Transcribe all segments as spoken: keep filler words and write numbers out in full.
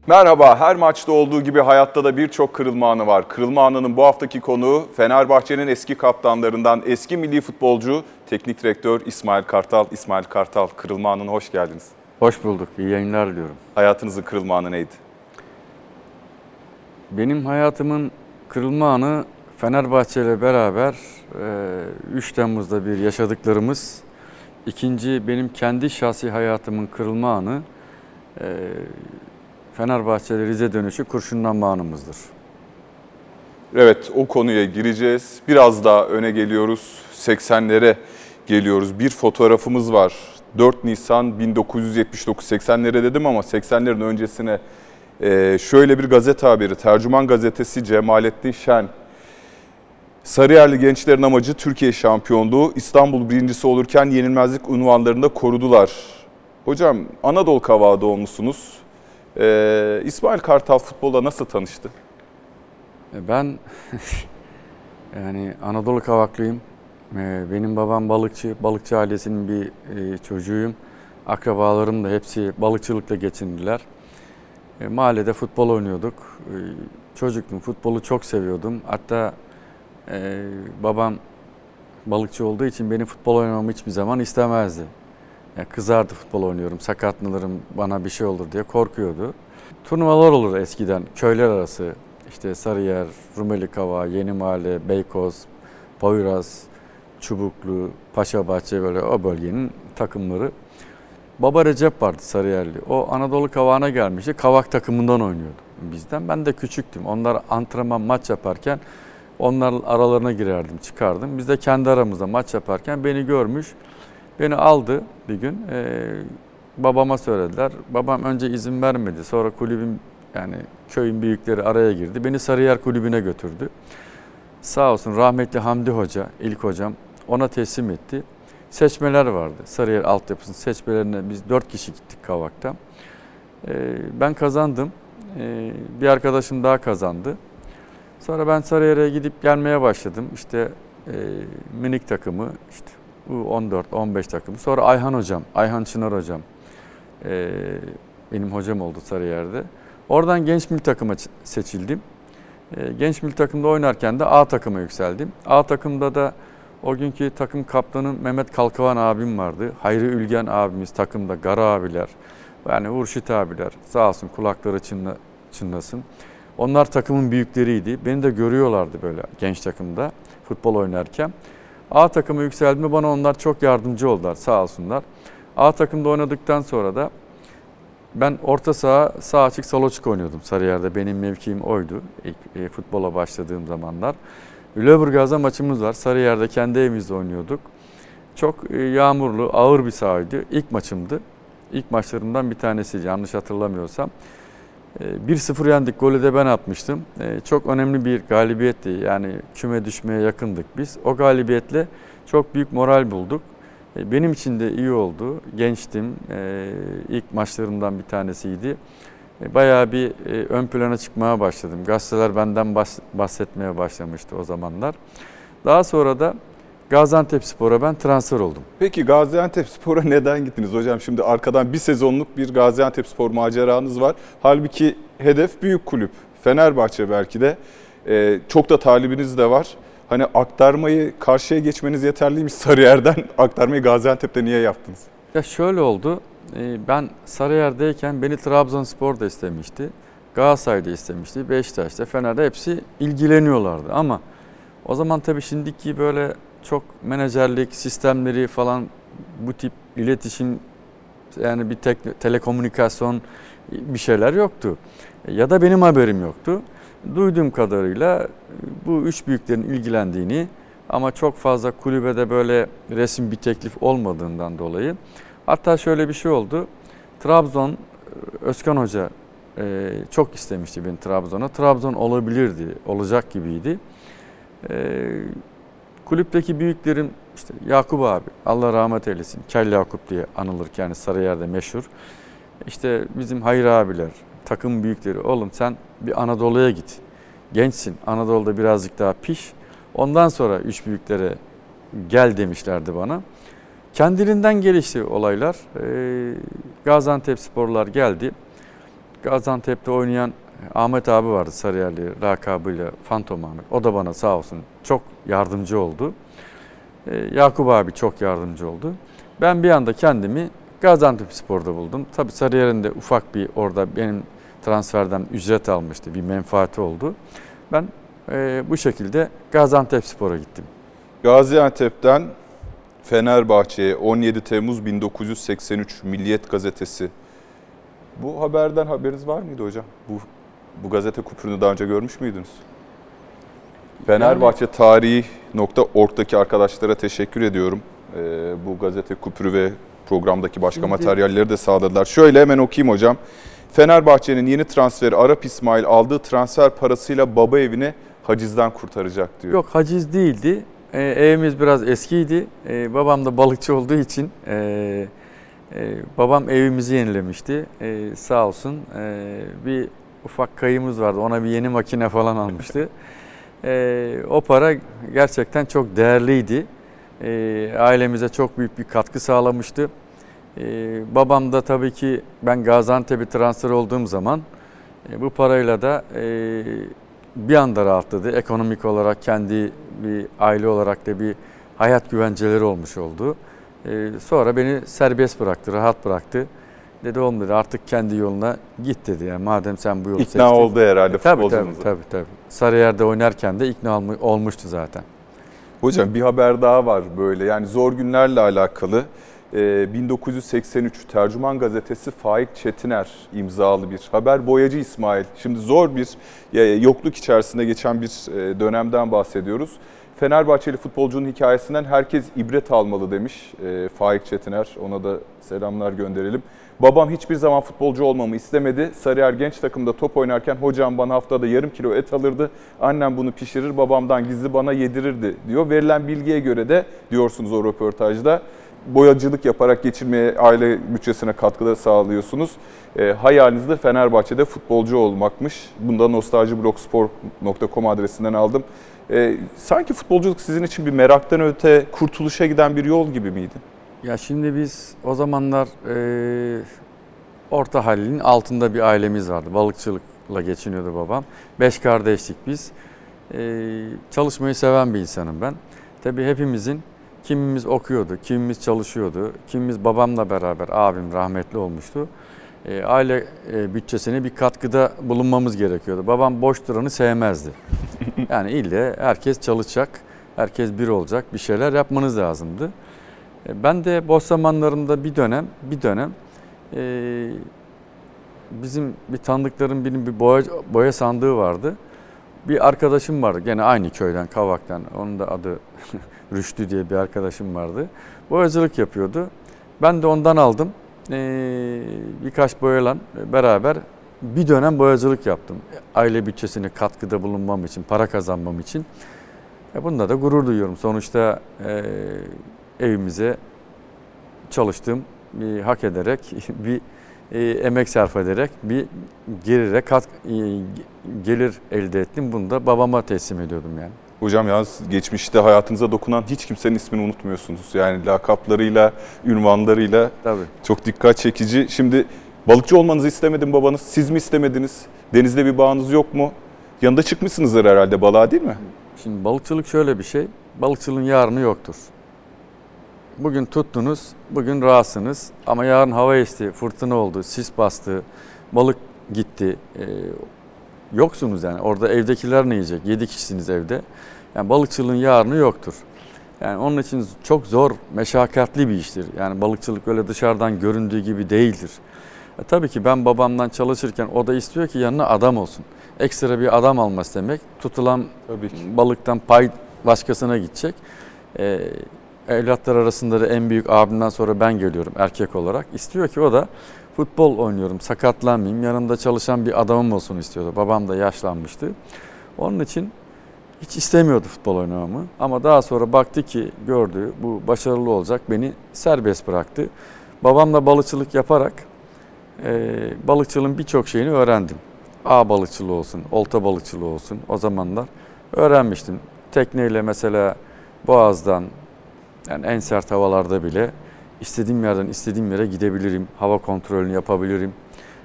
Merhaba, her maçta olduğu gibi hayatta da birçok kırılma anı var. Kırılma anının bu haftaki konuğu Fenerbahçe'nin eski kaptanlarından eski milli futbolcu, teknik direktör İsmail Kartal. İsmail Kartal, kırılma anına hoş geldiniz. Hoş bulduk, iyi yayınlar diliyorum. Hayatınızın kırılma anı neydi? Benim hayatımın kırılma anı Fenerbahçe ile beraber üç Temmuz'da bir yaşadıklarımız. İkinci benim kendi şahsi hayatımın kırılma anı Fenerbahçe'de Rize dönüşü kurşunlanma anımızdır. Evet, o konuya gireceğiz. Biraz daha öne geliyoruz, seksenlere geliyoruz. Bir fotoğrafımız var. dört Nisan bin dokuz yüz yetmiş dokuz, seksenlere dedim ama seksenlerin öncesine şöyle bir gazete haberi. Tercüman gazetesi Cemalettin Şen. Sarıyerli gençlerin amacı Türkiye şampiyonluğu. İstanbul birincisi olurken yenilmezlik unvanlarını da korudular. Hocam, Anadolu Kavağı doğumlusunuz. Ee, İsmail Kartal futbolla nasıl tanıştı? Ben yani Anadolu Kavaklıyım. Benim babam balıkçı, balıkçı ailesinin bir çocuğuyum. Akrabalarım da hepsi balıkçılıkla geçindiler. Mahallede futbol oynuyorduk. Çocuktum, futbolu çok seviyordum. Hatta e, babam balıkçı olduğu için benim futbol oynamamı hiçbir zaman istemezdi. Yani kızardı futbol oynuyorum, sakatlanırım, bana bir şey olur diye korkuyordu. Turnuvalar olur eskiden, köyler arası. İşte Sarıyer, Rumeli Kavağı, Yeni Mahalle, Beykoz, Poyraz, Çubuklu, Paşabahçe, böyle o bölgenin takımları. Baba Recep vardı Sarıyerli. O Anadolu Kavağı'na gelmişti. Kavak takımından oynuyordu bizden. Ben de küçüktüm. Onlar antrenman, maç yaparken onların aralarına girerdim, çıkardım. Biz de kendi aramızda maç yaparken beni görmüş. Beni aldı bir gün. Ee, babama söylediler. Babam önce izin vermedi. Sonra kulübün, yani köyün büyükleri araya girdi. Beni Sarıyer Kulübü'ne götürdü. Sağ olsun rahmetli Hamdi Hoca, ilk hocam, ona teslim etti. Seçmeler vardı. Sarıyer altyapısının seçmelerine biz dört kişi gittik Kavak'ta. Ee, ben kazandım. Ee, bir arkadaşım daha kazandı. Sonra ben Sarıyer'e gidip gelmeye başladım. İşte e, minik takımı, işte U on dört on beş takımı. Sonra Ayhan hocam, Ayhan Çınar hocam e, benim hocam oldu Sarıyer'de. Oradan genç milli takıma seçildim. E, genç milli takımda oynarken de A takıma yükseldim. A takımda da o günkü takım kaptanı Mehmet Kalkavan abim vardı. Hayri Ülgen abimiz takımda, Gara abiler, yani Urşit abiler, sağ olsun kulakları çınla, çınlasın. Onlar takımın büyükleriydi. Beni de görüyorlardı böyle genç takımda futbol oynarken. A takıma yükseldiğimde bana onlar çok yardımcı oldular, sağ olsunlar. A takımda oynadıktan sonra da ben orta saha, sağ açık, sol açık oynuyordum Sarıyer'de. Benim mevkiim oydu ilk e, futbola başladığım zamanlar. Lüleburgaz'da maçımız var. Sarıyer'de kendi evimizde oynuyorduk. Çok e, yağmurlu, ağır bir sahaydı. İlk maçımdı. İlk maçlarımdan bir tanesiydi yanlış hatırlamıyorsam. bir sıfır yendik, golü de ben atmıştım. Çok önemli bir galibiyetti. Yani küme düşmeye yakındık biz. O galibiyetle çok büyük moral bulduk. Benim için de iyi oldu. Gençtim. İlk maçlarımdan bir tanesiydi. Bayağı bir ön plana çıkmaya başladım. Gazeteler benden bahsetmeye başlamıştı o zamanlar. Daha sonra da Gaziantepspor'a ben transfer oldum. Peki Gaziantepspor'a neden gittiniz hocam? Şimdi arkadan bir sezonluk bir Gaziantepspor maceranız var. Halbuki hedef büyük kulüp. Fenerbahçe belki de. Ee, çok da talibiniz de var. Hani aktarmayı karşıya geçmeniz yeterliymiş Sarıyer'den. Aktarmayı Gaziantep'te niye yaptınız? Ya şöyle oldu. Ben Sarıyer'deyken beni Trabzonspor da istemişti. Galatasaray'da istemişti. Beşiktaş'ta, Fener'de hepsi ilgileniyorlardı. Ama o zaman tabii şimdiki böyle çok menajerlik sistemleri falan, bu tip iletişim, yani bir tek, telekomünikasyon bir şeyler yoktu. Ya da benim haberim yoktu. Duyduğum kadarıyla bu üç büyüklerin ilgilendiğini ama çok fazla kulübede böyle resim bir teklif olmadığından dolayı. Hatta şöyle bir şey oldu. Trabzon, Özkan Hoca çok istemişti beni Trabzon'a. Trabzon olabilirdi, olacak gibiydi. Kulüpteki büyüklerim, işte Yakup abi, Allah rahmet eylesin, Kel Yakup diye anılır yani Sarıyer'de meşhur. İşte bizim Hayri abiler, takım büyükleri, oğlum sen bir Anadolu'ya git. Gençsin, Anadolu'da birazcık daha piş. Ondan sonra üç büyüklere gel demişlerdi bana. Kendiliğinden gelişti olaylar. Ee, Gaziantepsporlar geldi. Gaziantep'te oynayan Ahmet abi vardı, Sarıyerli lakabıyla Fantom Ahmet. O da bana sağ olsun çok yardımcı oldu. Ee, Yakup abi çok yardımcı oldu. Ben bir anda kendimi Gaziantepspor'da buldum. Tabii Sarıyer'in de ufak bir orada benim transferden ücret almıştı. Bir menfaati oldu. Ben e, bu şekilde Gaziantepspor'a gittim. Gaziantep'ten Fenerbahçe'ye on yedi Temmuz bin dokuz yüz seksen üç Milliyet Gazetesi. Bu haberden haberiniz var mıydı hocam? Bu bu gazete kupürünü daha önce görmüş müydünüz? Fenerbahçe tarihi nokta org'daki arkadaşlara teşekkür ediyorum. Ee, bu gazete kupürü ve programdaki başka Şimdi... materyalleri de sağladılar. Şöyle hemen okuyayım hocam. Fenerbahçe'nin yeni transferi Arap İsmail aldığı transfer parasıyla baba evini hacizden kurtaracak diyor. Yok, haciz değildi. Ee, evimiz biraz eskiydi. Ee, babam da balıkçı olduğu için e, e, babam evimizi yenilemişti. E, sağ olsun e, bir ufak kayığımız vardı. Ona bir yeni makine falan almıştı. e, o para gerçekten çok değerliydi. E, ailemize çok büyük bir katkı sağlamıştı. Ee, babam da tabii ki ben Gaziantep'e transfer olduğum zaman e, bu parayla da e, bir anda rahatladı. Ekonomik olarak kendi bir aile olarak da bir hayat güvenceleri olmuş oldu. E, sonra beni serbest bıraktı, rahat bıraktı. Dedi oğlum dedi artık kendi yoluna git dedi. Yani madem sen bu yolu seçtin. İkna oldu herhalde e, tabii, futbolcunuza. tabii, tabii, tabii. Sarıyer'de oynarken de ikna olmuştu zaten. Hocam bir haber daha var böyle yani zor günlerle alakalı. bin dokuz yüz seksen üç Tercüman Gazetesi Faik Çetiner imzalı bir haber. Boyacı İsmail. Şimdi zor bir yokluk içerisinde geçen bir dönemden bahsediyoruz. Fenerbahçeli futbolcunun hikayesinden herkes ibret almalı demiş Faik Çetiner. Ona da selamlar gönderelim. Babam hiçbir zaman futbolcu olmamı istemedi. Sarıyer genç takımda top oynarken hocam bana haftada yarım kilo et alırdı. Annem bunu pişirir, babamdan gizli bana yedirirdi diyor. Verilen bilgiye göre de diyorsunuz o röportajda boyacılık yaparak geçirmeye, aile bütçesine katkıda sağlıyorsunuz. E, hayaliniz de Fenerbahçe'de futbolcu olmakmış. Bunu da nostaljiblogspor nokta com adresinden aldım. E, sanki futbolculuk sizin için bir meraktan öte kurtuluşa giden bir yol gibi miydi? Ya şimdi biz o zamanlar e, orta halinin altında bir ailemiz vardı. Balıkçılıkla geçiniyordu babam. Beş kardeşlik biz. E, çalışmayı seven bir insanım ben. Tabii hepimizin kimimiz okuyordu, kimimiz çalışıyordu, kimimiz babamla beraber, abim rahmetli olmuştu. E, aile e, bütçesine bir katkıda bulunmamız gerekiyordu. Babam boş duranı sevmezdi. Yani ille herkes çalışacak, herkes bir olacak, bir şeyler yapmanız lazımdı. E, ben de boş zamanlarımda bir dönem, bir dönem e, bizim bir tanıdıkların birinin bir boya, boya sandığı vardı. Bir arkadaşım vardı, gene aynı köyden, Kavak'tan, onun da adı Rüştü diye bir arkadaşım vardı. Boyacılık yapıyordu. Ben de ondan aldım. Ee, birkaç boyayla beraber bir dönem boyacılık yaptım. Aile bütçesine katkıda bulunmam için, para kazanmam için. E bunda da gurur duyuyorum. Sonuçta e, evimize çalıştım, bir hak ederek, bir e, emek sarf ederek bir gelire kat, e, gelir elde ettim. Bunu da babama teslim ediyordum yani. Hocam yalnız geçmişte hayatınıza dokunan hiç kimsenin ismini unutmuyorsunuz. Yani lakaplarıyla, ünvanlarıyla Tabii. çok dikkat çekici. Şimdi balıkçı olmanızı istemedim babanız. Siz mi istemediniz? Denizde bir bağınız yok mu? Yanında çıkmışsınızdır herhalde balığa değil mi? Şimdi balıkçılık şöyle bir şey. Balıkçılığın yarını yoktur. Bugün tuttunuz, bugün rahatsınız. Ama yarın hava esti, fırtına oldu, sis bastı, balık gitti. Ee, Yoksunuz yani. Orada evdekiler ne yiyecek? Yedi kişisiniz evde. Yani balıkçılığın yarını yoktur. Yani onun için çok zor, meşakkatli bir iştir. Yani balıkçılık öyle dışarıdan göründüğü gibi değildir. E tabii ki ben babamdan çalışırken o da istiyor ki yanına adam olsun. Ekstra bir adam alması demek. Tutulan tabii ki balıktan pay başkasına gidecek. E, evlatlar arasında da en büyük abimden sonra ben geliyorum erkek olarak. İstiyor ki o da futbol oynuyorum, sakatlanmayayım, yanımda çalışan bir adamım olsun istiyordu. Babam da yaşlanmıştı. Onun için hiç istemiyordu futbol oynamamı. Ama daha sonra baktı ki gördü, bu başarılı olacak, beni serbest bıraktı. Babamla balıkçılık yaparak e, balıkçılığın birçok şeyini öğrendim. Ağ balıkçılığı olsun, olta balıkçılığı olsun o zamanlar öğrenmiştim. Tekneyle mesela Boğaz'dan, yani en sert havalarda bile İstediğim yerden istediğim yere gidebilirim. Hava kontrolünü yapabilirim.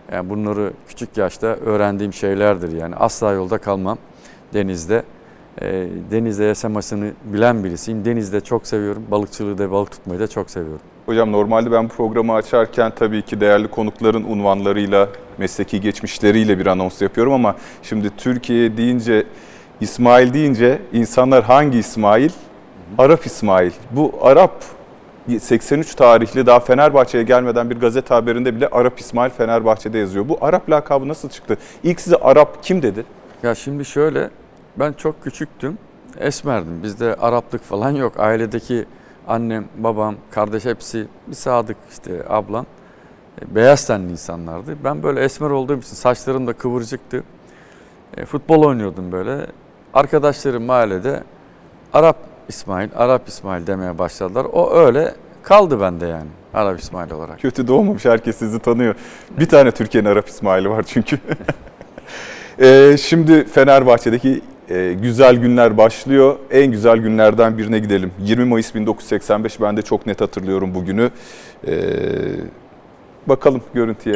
Yani bunları küçük yaşta öğrendiğim şeylerdir. Yani asla yolda kalmam denizde. E, denizde yaşamasını bilen birisiyim. Denizde çok seviyorum. Balıkçılığı da, balık tutmayı da çok seviyorum. Hocam normalde ben bu programı açarken tabii ki değerli konukların unvanlarıyla, mesleki geçmişleriyle bir anons yapıyorum ama şimdi Türkiye deyince, İsmail deyince insanlar hangi İsmail? Arap İsmail. Bu Arap seksen üç tarihli, daha Fenerbahçe'ye gelmeden bir gazete haberinde bile Arap İsmail Fenerbahçe'de yazıyor. Bu Arap lakabı nasıl çıktı? İlk size Arap kim dedi? Ya şimdi şöyle, ben çok küçüktüm, esmerdim. Bizde Araplık falan yok. Ailedeki annem, babam, kardeş hepsi bir sadık, işte ablam. Beyaz tenli insanlardı. Ben böyle esmer olduğum için saçlarım da kıvırcıktı. E, futbol oynuyordum böyle. Arkadaşlarım mahallede Arap İsmail, Arap İsmail demeye başladılar. O öyle kaldı bende yani, Arap İsmail olarak. Kötü doğmamış, herkes sizi tanıyor. Bir tane Türkiye'nin Arap İsmail'i var çünkü. e, şimdi Fenerbahçe'deki e, güzel günler başlıyor. En güzel günlerden birine gidelim. yirmi Mayıs bin dokuz yüz seksen beş, ben de çok net hatırlıyorum bugünü. E, bakalım görüntüye.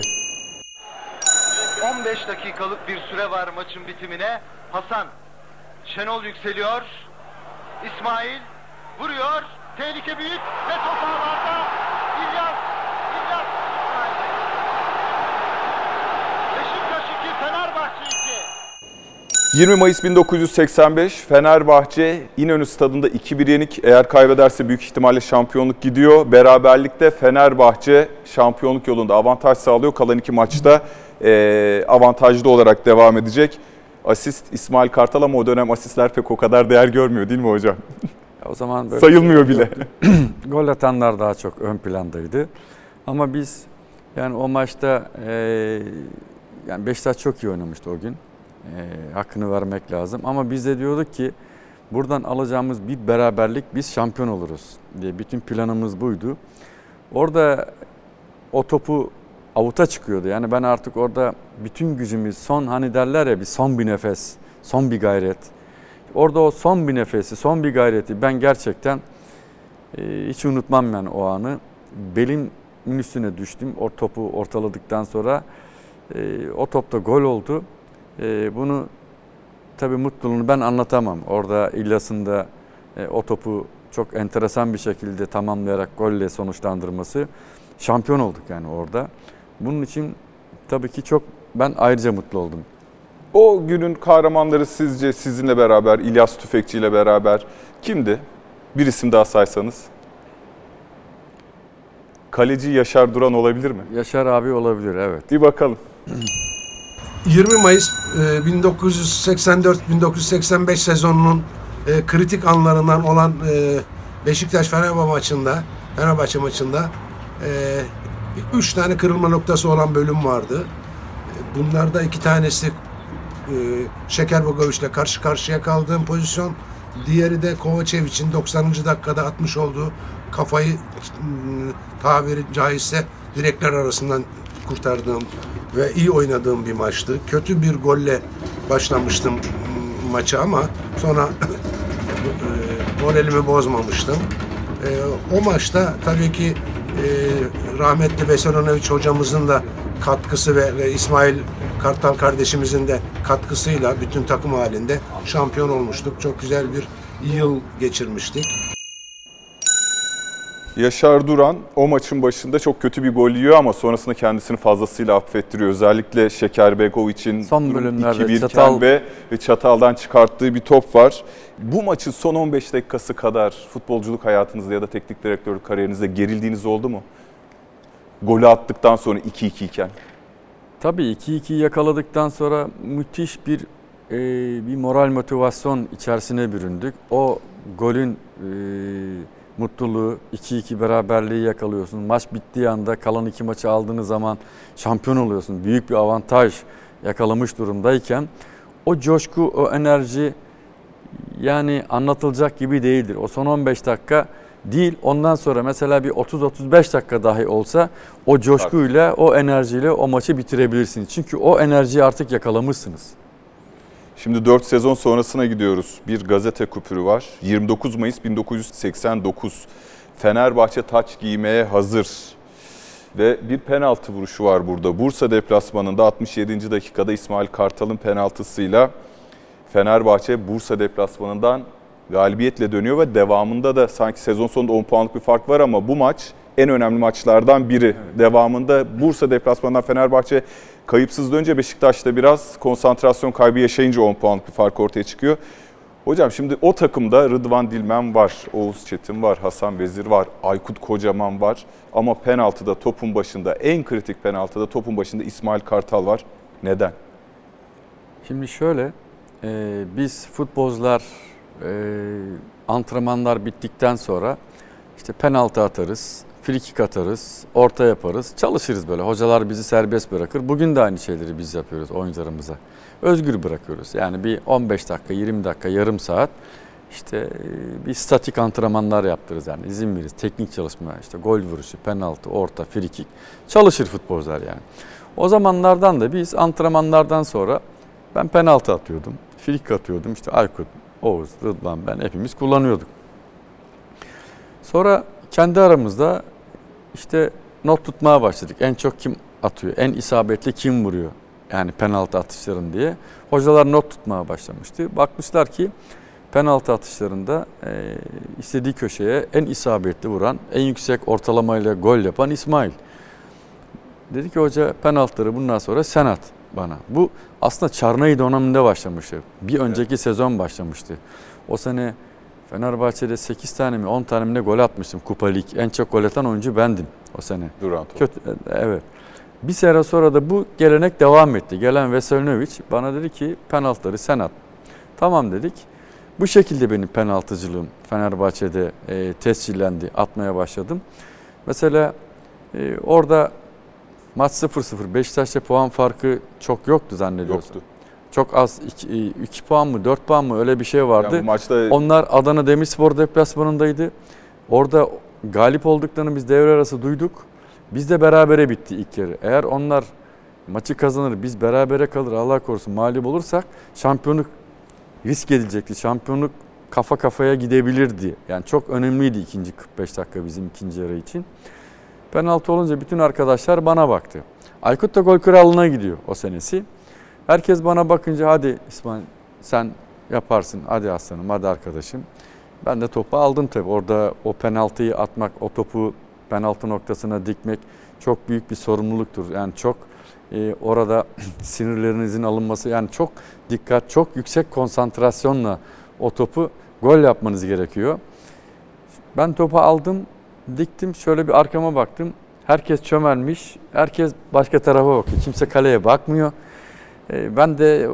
on beş dakikalık bir süre var maçın bitimine. Hasan, Şenol yükseliyor. İsmail vuruyor. Tehlike büyük ve top ağlarda. İlyas, İlyas İsmail. Beşiktaş iki, Fenerbahçe iki. yirmi Mayıs bin dokuz yüz seksen beş, Fenerbahçe İnönü Stadı'nda iki bir yenik. Eğer kaybederse büyük ihtimalle şampiyonluk gidiyor. Beraberlikte Fenerbahçe şampiyonluk yolunda avantaj sağlıyor. Kalan iki maçta e, avantajlı olarak devam edecek. Asist İsmail Kartal ama o dönem asistler pek o kadar değer görmüyor değil mi hocam? O zaman böyle sayılmıyor bile. Gol atanlar daha çok ön plandaydı. Ama biz yani o maçta e, yani Beşiktaş çok iyi oynamıştı o gün. E, hakkını vermek lazım. Ama biz de diyorduk ki buradan alacağımız bir beraberlik, biz şampiyon oluruz diye, bütün planımız buydu. Orada o topu avuta çıkıyordu. Yani ben artık orada bütün gücümüz, son hani derler ya, bir son bir nefes, son bir gayret. Orada o son bir nefesi, son bir gayreti ben gerçekten e, hiç unutmam yani o anı. Belimin üstüne düştüm o topu ortaladıktan sonra. E, o topta gol oldu. E, bunu tabii mutluluğunu ben anlatamam. Orada İlyas'ın da e, o topu çok enteresan bir şekilde tamamlayarak golle sonuçlandırması. Şampiyon olduk yani orada. Bunun için tabii ki çok ben ayrıca mutlu oldum. O günün kahramanları sizce sizinle beraber, İlyas Tüfekçi ile beraber kimdi? Bir isim daha saysanız. Kaleci Yaşar Duran olabilir mi? Yaşar abi olabilir, evet. Bir bakalım. yirmi Mayıs bin dokuz yüz seksen dört bin dokuz yüz seksen beş sezonunun kritik anlarından olan Beşiktaş Fenerbahçe maçında, Fenerbahçe maçında üç tane kırılma noktası olan bölüm vardı. Bunlarda iki tanesi Şeker Bogoviç'le karşı karşıya kaldığım pozisyon. Diğeri de Kovacevic'in doksanıncı dakikada atmış olduğu kafayı tabiri caizse direkler arasından kurtardığım ve iyi oynadığım bir maçtı. Kötü bir golle başlamıştım maçı ama sonra moralimi bozmamıştım. O maçta tabii ki rahmetli Veselinovic hocamızın da katkısı ve, ve İsmail Kartal kardeşimizin de katkısıyla bütün takım halinde şampiyon olmuştuk. Çok güzel bir yıl geçirmiştik. Yaşar Duran o maçın başında çok kötü bir gol yiyor ama sonrasında kendisini fazlasıyla affettiriyor. Özellikle Şeker Begoviç'in son bölümlerde iki bir çatal ve Çatal'dan çıkarttığı bir top var. Bu maçın son on beş dakikası kadar futbolculuk hayatınızda ya da teknik direktörlük kariyerinizde gerildiğiniz oldu mu? Golü attıktan sonra iki iki iken. Tabii iki ikiyi yakaladıktan sonra müthiş bir e, bir moral motivasyon içerisine büründük. O golün e, mutluluğu, iki iki beraberliği yakalıyorsun. Maç bittiği anda kalan iki maçı aldığınız zaman şampiyon oluyorsun. Büyük bir avantaj yakalamış durumdayken o coşku, o enerji yani anlatılacak gibi değildir. O son on beş dakika değil, ondan sonra mesela bir otuz otuz beş dakika dahi olsa o coşkuyla, o enerjiyle o maçı bitirebilirsiniz. Çünkü o enerjiyi artık yakalamışsınız. Şimdi dört sezon sonrasına gidiyoruz. Bir gazete kupürü var. yirmi dokuz Mayıs bin dokuz yüz seksen dokuz. Fenerbahçe taç giymeye hazır. Ve bir penaltı vuruşu var burada. Bursa deplasmanında altmış yedinci dakikada İsmail Kartal'ın penaltısıyla Fenerbahçe Bursa deplasmanından galibiyetle dönüyor ve devamında da sanki sezon sonunda on puanlık bir fark var ama bu maç en önemli maçlardan biri. Evet. Devamında Bursa deplasmanından Fenerbahçe kayıpsız dönünce Beşiktaş'ta biraz konsantrasyon kaybı yaşayınca on puanlık bir fark ortaya çıkıyor. Hocam şimdi o takımda Rıdvan Dilmen var, Oğuz Çetin var, Hasan Vezir var, Aykut Kocaman var. Ama penaltıda topun başında, en kritik penaltıda topun başında İsmail Kartal var. Neden? Şimdi şöyle, e, biz futbolcular e, antrenmanlar bittikten sonra işte penaltı atarız, frikik atarız, orta yaparız, çalışırız böyle. Hocalar bizi serbest bırakır. Bugün de aynı şeyleri biz yapıyoruz oyuncularımıza. Özgür bırakıyoruz. Yani bir on beş dakika, yirmi dakika, yarım saat işte bir statik antrenmanlar yaptırırız yani izin veririz. Teknik çalışma, işte gol vuruşu, penaltı, orta, frikik çalışır futbolcular yani. O zamanlardan da biz antrenmanlardan sonra ben penaltı atıyordum, frikik atıyordum. İşte Aykut, Oğuz, Rıdvan, ben hepimiz kullanıyorduk. Sonra kendi aramızda işte not tutmaya başladık. En çok kim atıyor, en isabetli kim vuruyor? Yani penaltı atışların diye. Hocalar not tutmaya başlamıştı. Bakmışlar ki penaltı atışlarında e, istediği köşeye en isabetli vuran, en yüksek ortalamayla gol yapan İsmail. Dedi ki hoca penaltıları bundan sonra sen at bana. Bu aslında Çarnay döneminde başlamıştı. Bir önceki evet. sezon başlamıştı. O sene Fenerbahçe'de sekiz tane mi on tane mi ne gol atmıştım Kupa Lig. En çok gol atan oyuncu bendim o sene. Durant. Kötü, evet. Bir sene sonra da bu gelenek devam etti. Gelen Veselinovic bana dedi ki penaltıları sen at. Tamam dedik. Bu şekilde benim penaltıcılığım Fenerbahçe'de e, tescillendi. Atmaya başladım. Mesela e, orada maç sıfır sıfır. Beşiktaş'ta puan farkı çok yoktu zannediyorsam. Yoktu. Çok az. iki puan mı dört puan mı öyle bir şey vardı. Yani bu maçta... Onlar Adana Demirspor deplasmanındaydı. Orada galip olduklarını biz devre arası duyduk. Biz de berabere bitti ilk yarı. Eğer onlar maçı kazanır, biz berabere kalır, Allah korusun mağlup olursak şampiyonluk risk edilecekti. Şampiyonluk kafa kafaya gidebilirdi. Yani çok önemliydi ikinci kırk beş dakika bizim ikinci yarı için. Penaltı olunca bütün arkadaşlar bana baktı. Aykut da gol krallığına gidiyor o senesi. Herkes bana bakınca hadi İsmail sen yaparsın, hadi aslanım, hadi arkadaşım. Ben de topu aldım tabii. Orada o penaltıyı atmak, o topu penaltı noktasına dikmek çok büyük bir sorumluluktur. Yani çok e, orada sinirlerinizin alınması, yani çok dikkat, çok yüksek konsantrasyonla o topu gol yapmanız gerekiyor. Ben topu aldım, diktim, şöyle bir arkama baktım. Herkes çömelmiş, herkes başka tarafa bakıyor. Kimse kaleye bakmıyor. E, ben de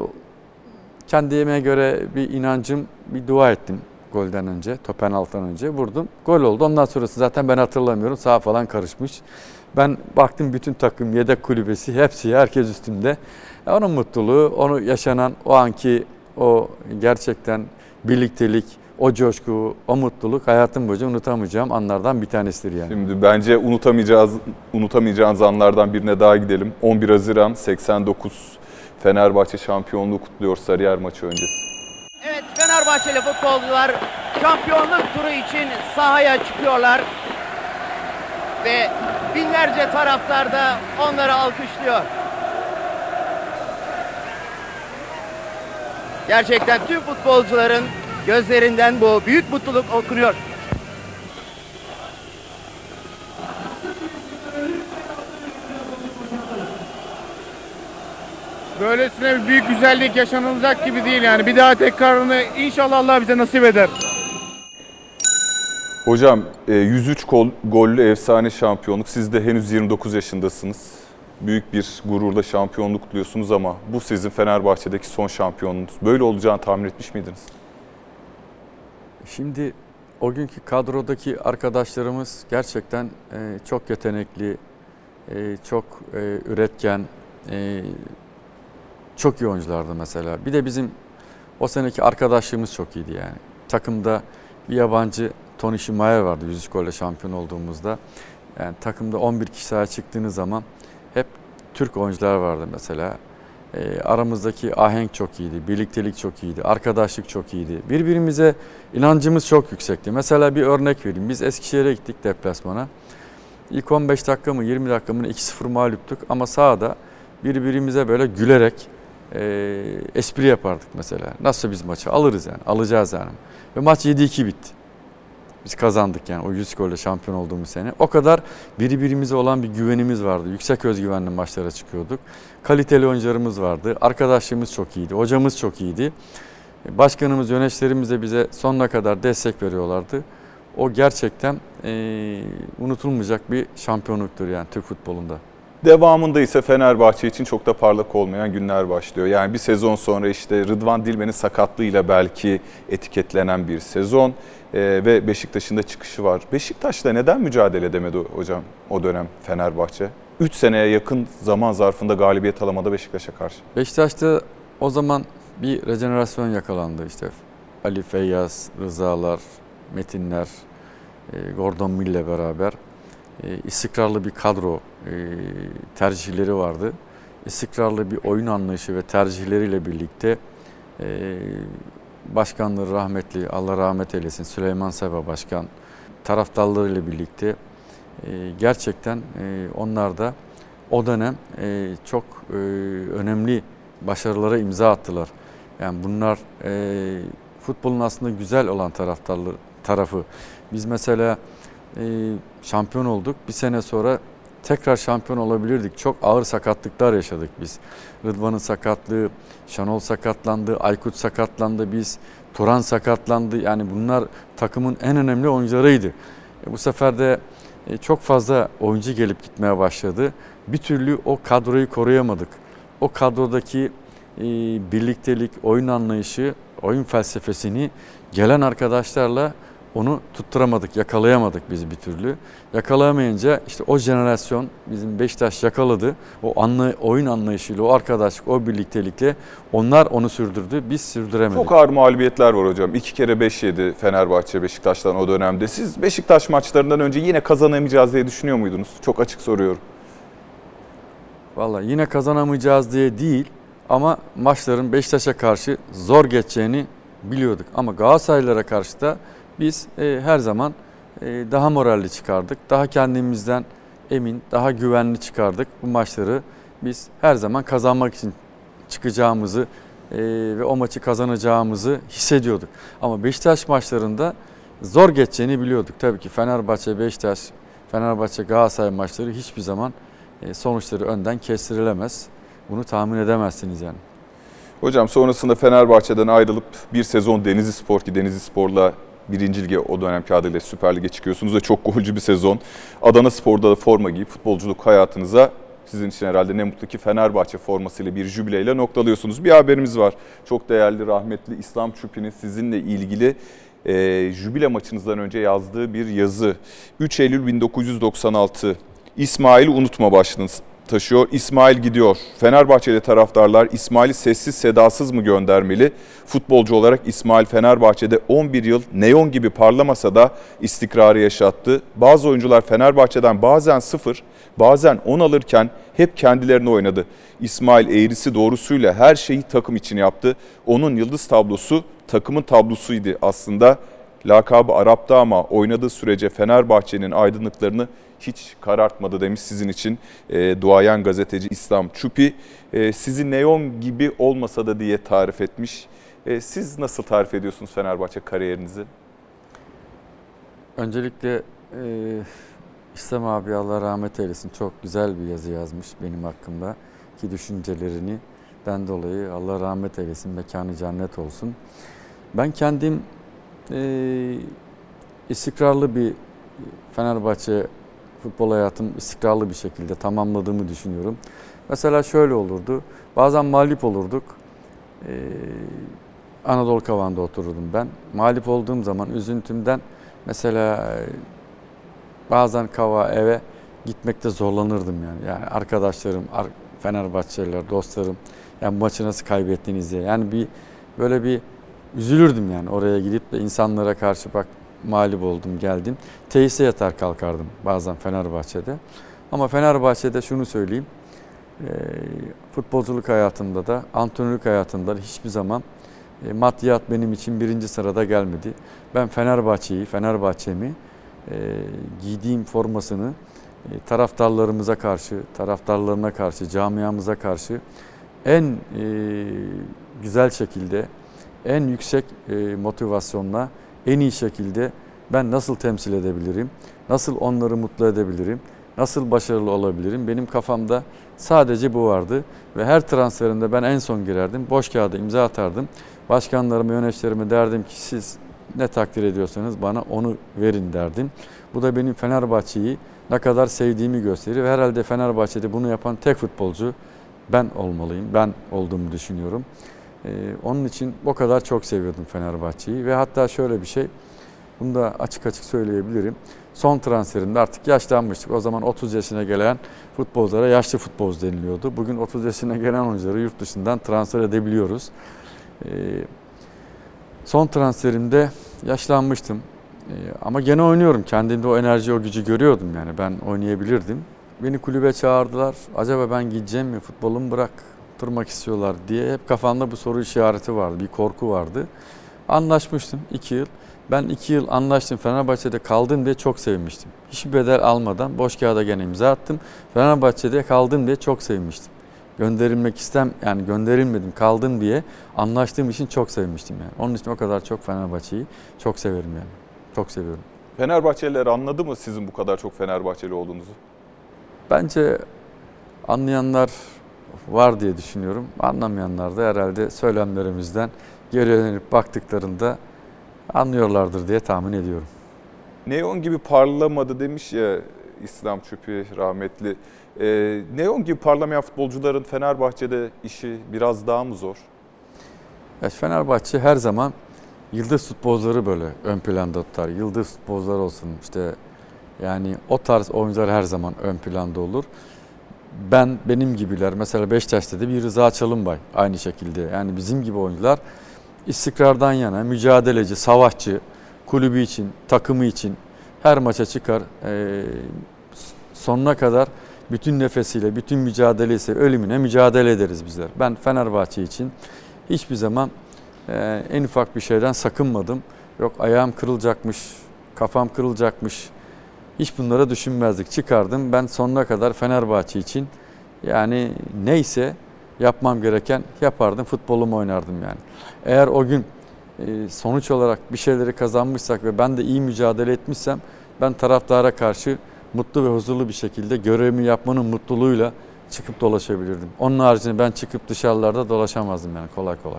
kendime göre bir inancım, bir dua ettim. Golden önce, top penaltıdan önce vurdum. Gol oldu. Ondan sonrası zaten ben hatırlamıyorum. Sağa falan karışmış. Ben baktım bütün takım, yedek kulübesi, hepsi, herkes üstümde. Onun mutluluğu, onu yaşanan o anki o gerçekten birliktelik, o coşku, o mutluluk hayatım boyunca unutamayacağım anlardan bir tanesidir yani. Şimdi bence unutamayacağız, unutamayacağınız anlardan birine daha gidelim. on bir Haziran seksen dokuz Fenerbahçe şampiyonluğu kutluyor Sarıyer maçı öncesi. Evet, Fenerbahçeli futbolcular şampiyonluk turu için sahaya çıkıyorlar ve binlerce taraftar da onları alkışlıyor. Gerçekten tüm futbolcuların gözlerinden bu büyük mutluluk okunuyor. Böylesine bir büyük güzellik yaşanılacak gibi değil yani. Bir daha tekrarını inşallah Allah bize nasip eder. Hocam yüz üç gol, gollü efsane şampiyonluk. Siz de henüz yirmi dokuz yaşındasınız. Büyük bir gururla şampiyonluk kutluyorsunuz ama bu sizin Fenerbahçe'deki son şampiyonluğunuz. Böyle olacağını tahmin etmiş miydiniz? Şimdi o günkü kadrodaki arkadaşlarımız gerçekten çok yetenekli, çok üretken, çok iyi oyunculardı mesela. Bir de bizim o seneki arkadaşlığımız çok iyiydi yani. Takımda bir yabancı Tony Schumacher vardı yüz üç golle şampiyon olduğumuzda. Yani takımda on bir kişi sahaya çıktığınız zaman hep Türk oyuncular vardı mesela. E, aramızdaki ahenk çok iyiydi, birliktelik çok iyiydi, arkadaşlık çok iyiydi. Birbirimize inancımız çok yüksekti. Mesela bir örnek vereyim. Biz Eskişehir'e gittik deplasmana. İlk on beş dakika mı yirmi dakika mı iki sıfır mağluptuk ama sahada birbirimize böyle gülerek e, espri yapardık mesela. Nasıl biz maçı alırız yani, alacağız yani. Ve maç yedi iki bitti. Biz kazandık yani o yüz golle şampiyon olduğumuz sene. O kadar birbirimize olan bir güvenimiz vardı. Yüksek özgüvenli maçlara çıkıyorduk. Kaliteli oyuncularımız vardı. Arkadaşlığımız çok iyiydi. Hocamız çok iyiydi. Başkanımız, yöneticilerimiz de bize sonuna kadar destek veriyorlardı. O gerçekten e, unutulmayacak bir şampiyonluktur yani Türk futbolunda. Devamında ise Fenerbahçe için çok da parlak olmayan günler başlıyor. Yani bir sezon sonra işte Rıdvan Dilmen'in sakatlığıyla belki etiketlenen bir sezon ee, ve Beşiktaş'ın da çıkışı var. Beşiktaş'la neden mücadele edemedi hocam o dönem Fenerbahçe? üç seneye yakın zaman zarfında galibiyet alamadı Beşiktaş'a karşı. Beşiktaş'ta o zaman bir rejenerasyon yakalandı işte. Ali Feyyaz, Rızalar, Metinler, Gordon Mill'le beraber istikrarlı bir kadro tercihleri vardı. İstikrarlı bir oyun anlayışı ve tercihleriyle birlikte başkanları rahmetli, Allah rahmet eylesin Süleyman Seba Başkan taraftarlarıyla birlikte gerçekten onlar da o dönem çok önemli başarılara imza attılar. Yani bunlar futbolun aslında güzel olan taraftarları tarafı. Biz mesela şampiyon olduk. Bir sene sonra tekrar şampiyon olabilirdik. Çok ağır sakatlıklar yaşadık biz. Rıdvan'ın sakatlığı, Şenol sakatlandı, Aykut sakatlandı, biz Turan sakatlandı. Yani bunlar takımın en önemli oyuncularıydı. E bu sefer de e, çok fazla oyuncu gelip gitmeye başladı. Bir türlü o kadroyu koruyamadık. O kadrodaki e, birliktelik, oyun anlayışı, oyun felsefesini gelen arkadaşlarla onu tutturamadık, yakalayamadık biz bir türlü. Yakalayamayınca işte o jenerasyon bizim Beşiktaş yakaladı. O anlay oyun anlayışıyla, o arkadaşlık, o birliktelikle onlar onu sürdürdü. Biz sürdüremedik. Çok ağır mağlubiyetler var hocam. İki kere beş yedi Fenerbahçe Beşiktaş'tan o dönemde. Siz Beşiktaş maçlarından önce yine kazanamayacağız diye düşünüyor muydunuz? Çok açık soruyorum. Vallahi yine kazanamayacağız diye değil ama maçların Beşiktaş'a karşı zor geçeceğini biliyorduk. Ama Galatasaraylılara karşı da biz e, her zaman e, daha moralli çıkardık. Daha kendimizden emin, daha güvenli çıkardık. Bu maçları biz her zaman kazanmak için çıkacağımızı e, ve o maçı kazanacağımızı hissediyorduk. Ama Beşiktaş maçlarında zor geçeceğini biliyorduk. Tabii ki Fenerbahçe, Beşiktaş, Fenerbahçe, Galatasaray maçları hiçbir zaman e, sonuçları önden kestirilemez. Bunu tahmin edemezsiniz yani. Hocam sonrasında Fenerbahçe'den ayrılıp bir sezon Denizlispor ki Denizlispor'la birinci lige o dönemki adıyla Süper Lig'e çıkıyorsunuz ve çok golcü bir sezon. Adanaspor'da da forma giyip futbolculuk hayatınıza sizin için herhalde ne mutlu ki Fenerbahçe formasıyla bir jübileyle noktalıyorsunuz. Bir haberimiz var. Çok değerli rahmetli İslam Çupi'nin sizinle ilgili e, jübile maçınızdan önce yazdığı bir yazı. üç Eylül bin dokuz yüz doksan altı İsmail'i unutma başlığını taşıyor. İsmail gidiyor. Fenerbahçeli taraftarlar İsmail'i sessiz sedasız mı göndermeli? Futbolcu olarak İsmail Fenerbahçe'de on bir yıl neon gibi parlamasa da istikrarı yaşattı. Bazı oyuncular Fenerbahçe'den bazen sıfır, bazen on alırken hep kendilerini oynadı. İsmail eğrisi doğrusuyla her şeyi takım için yaptı. Onun yıldız tablosu takımın tablosuydu aslında. Lakabı Arap'ta ama oynadığı sürece Fenerbahçe'nin aydınlıklarını hiç karartmadı demiş sizin için e, duayen gazeteci İslam Çupi. E, sizi neon gibi olmasa da diye tarif etmiş. E, siz nasıl tarif ediyorsunuz Fenerbahçe kariyerinizi? Öncelikle e, İslam abi Allah rahmet eylesin çok güzel bir yazı yazmış benim hakkımda ki düşüncelerini den dolayı Allah rahmet eylesin, mekanı cennet olsun. Ben kendim e, istikrarlı bir Fenerbahçe futbol hayatım istikrarlı bir şekilde tamamladığımı düşünüyorum. Mesela şöyle olurdu. Bazen mağlup olurduk. Ee, Anadolu Kavağı'nda otururdum ben. Mağlup olduğum zaman üzüntümden mesela bazen Kavak'a eve gitmekte zorlanırdım yani. Yani arkadaşlarım, Fenerbahçeliler, dostlarım yani maçı nasıl kaybettiniz diye. Yani bir böyle bir üzülürdüm yani oraya gidip de insanlara karşı bak mağlup oldum, geldim. Tesise yatar kalkardım bazen Fenerbahçe'de. Ama Fenerbahçe'de şunu söyleyeyim. E, futbolculuk hayatımda da, antrenörlük hayatımda da hiçbir zaman e, maddiyat benim için birinci sırada gelmedi. Ben Fenerbahçe'yi, Fenerbahçe'mi, e, giydiğim formasını taraftarlarımıza karşı, taraftarlarına karşı, camiamıza karşı en e, güzel şekilde, en yüksek e, motivasyonla, en iyi şekilde ben nasıl temsil edebilirim, nasıl onları mutlu edebilirim, nasıl başarılı olabilirim? Benim kafamda sadece bu vardı ve her transferinde ben en son girerdim, boş kağıda imza atardım. Başkanlarıma, yöneticilerime derdim ki siz ne takdir ediyorsanız bana onu verin derdim. Bu da benim Fenerbahçe'yi ne kadar sevdiğimi gösterir ve herhalde Fenerbahçe'de bunu yapan tek futbolcu ben olmalıyım, ben olduğumu düşünüyorum. Ee, onun için o kadar çok seviyordum Fenerbahçe'yi ve hatta şöyle bir şey, bunu da açık açık söyleyebilirim. Son transferinde artık yaşlanmıştık. O zaman otuz yaşına gelen futbolculara yaşlı futbolcu deniliyordu. Bugün otuz yaşına gelen oyuncuları yurt dışından transfer edebiliyoruz. Ee, son transferimde yaşlanmıştım. Ee, ama gene oynuyorum. Kendimde o enerji, o gücü görüyordum yani. Ben oynayabilirdim. Beni kulübe çağırdılar. Acaba ben gideceğim mi? Futbolumu bıraktırmak istiyorlar diye hep kafamda bu soru işareti vardı. Bir korku vardı. Anlaşmıştım iki yıl. Ben iki yıl anlaştım. Fenerbahçe'de kaldım diye çok sevinmiştim. Hiçbir bedel almadan boş kağıda gene imza attım. Fenerbahçe'de kaldım diye çok sevinmiştim. Gönderilmek istem yani gönderilmedim, kaldım diye anlaştığım için çok sevinmiştim yani. Onun için o kadar çok Fenerbahçe'yi çok severim yani. Çok seviyorum. Fenerbahçeliler anladı mı sizin bu kadar çok Fenerbahçeli olduğunuzu? Bence anlayanlar var diye düşünüyorum. Anlamayanlar da herhalde söylemlerimizden geri dönüp baktıklarında anlıyorlardır diye tahmin ediyorum. Neon gibi parlamadı demiş ya İslam Çöpü rahmetli. E, neon gibi parlamayan futbolcuların Fenerbahçe'de işi biraz daha mı zor? Ya Fenerbahçe her zaman yıldız futbolcuları böyle ön planda tutar. Yıldız futbolcular olsun işte, yani o tarz oyuncular her zaman ön planda olur. Ben benim gibiler mesela Beşiktaş'ta da bir Rıza Çalınbay aynı şekilde, yani bizim gibi oyuncular istikrardan yana, mücadeleci, savaşçı, kulübü için, takımı için her maça çıkar. Ee, sonuna kadar bütün nefesiyle, bütün mücadelesiyle, ölümüne mücadele ederiz bizler. Ben Fenerbahçe için hiçbir zaman e, en ufak bir şeyden sakınmadım. Yok ayağım kırılacakmış, kafam kırılacakmış. Hiç bunlara düşünmezdik. Çıkardım. Ben sonuna kadar Fenerbahçe için yani neyse yapmam gereken yapardım. Futbolumu oynardım yani. Eğer o gün sonuç olarak bir şeyleri kazanmışsak ve ben de iyi mücadele etmişsem ben taraftara karşı mutlu ve huzurlu bir şekilde görevimi yapmanın mutluluğuyla çıkıp dolaşabilirdim. Onun haricinde ben çıkıp dışarılarda dolaşamazdım yani kolay kolay.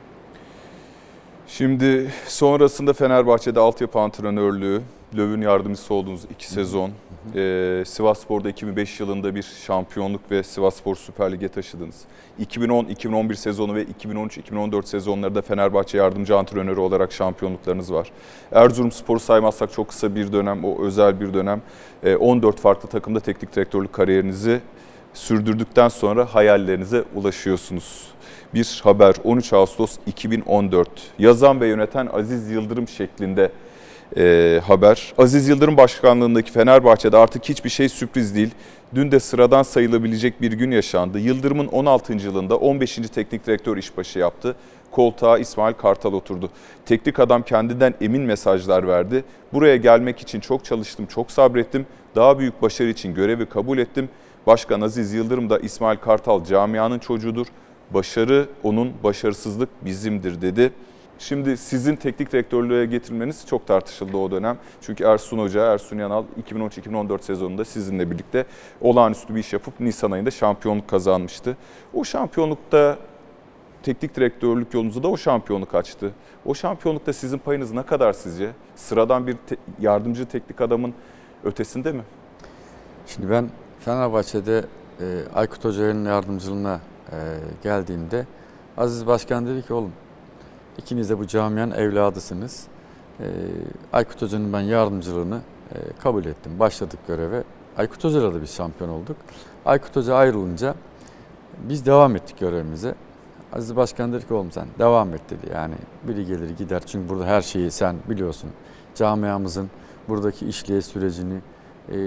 Şimdi sonrasında Fenerbahçe'de altyapı antrenörlüğü, Löw'ün yardımcısı olduğunuz iki sezon. Ee, Sivasspor'da iki bin beş yılında bir şampiyonluk ve Sivasspor Süper Lig'e taşıdınız. iki bin on iki bin on bir sezonu ve iki bin on üç iki bin on dört sezonlarında Fenerbahçe yardımcı antrenörü olarak şampiyonluklarınız var. Erzurumspor'u saymazsak çok kısa bir dönem, o özel bir dönem. Ee, on dört farklı takımda teknik direktörlük kariyerinizi sürdürdükten sonra hayallerinize ulaşıyorsunuz. Bir haber on üç Ağustos iki bin on dört. Yazan ve yöneten Aziz Yıldırım şeklinde e, haber. Aziz Yıldırım başkanlığındaki Fenerbahçe'de artık hiçbir şey sürpriz değil. Dün de sıradan sayılabilecek bir gün yaşandı. Yıldırım'ın on altıncı yılında on beşinci teknik direktör işbaşı yaptı. Koltuğa İsmail Kartal oturdu. Teknik adam kendinden emin mesajlar verdi. Buraya gelmek için çok çalıştım, çok sabrettim. Daha büyük başarı için görevi kabul ettim. Başkan Aziz Yıldırım da İsmail Kartal camianın çocuğudur. Başarı onun, başarısızlık bizimdir dedi. Şimdi sizin teknik direktörlüğe getirilmeniz çok tartışıldı o dönem. Çünkü Ersun Hoca, Ersun Yanal iki bin on üç iki bin on dört sezonunda sizinle birlikte olağanüstü bir iş yapıp Nisan ayında şampiyonluk kazanmıştı. O şampiyonlukta teknik direktörlük yolunuzu da o şampiyonluk açtı. O şampiyonlukta sizin payınız ne kadar sizce? Sıradan bir te- yardımcı teknik adamın ötesinde mi? Şimdi ben Fenerbahçe'de e, Aykut Hoca'nın yardımcılığına e, geldiğimde Aziz Başkan dedi ki oğlum ikiniz de bu camianın evladısınız. E, Aykut Hoca'nın ben yardımcılığını e, kabul ettim. Başladık göreve. Aykut Hoca'yla da biz şampiyon olduk. Aykut Hoca ayrılınca biz devam ettik görevimize. Aziz Başkan dedi ki oğlum sen devam et dedi. Yani biri gelir gider çünkü burada her şeyi sen biliyorsun. Camiamızın buradaki işleyiş sürecini, e,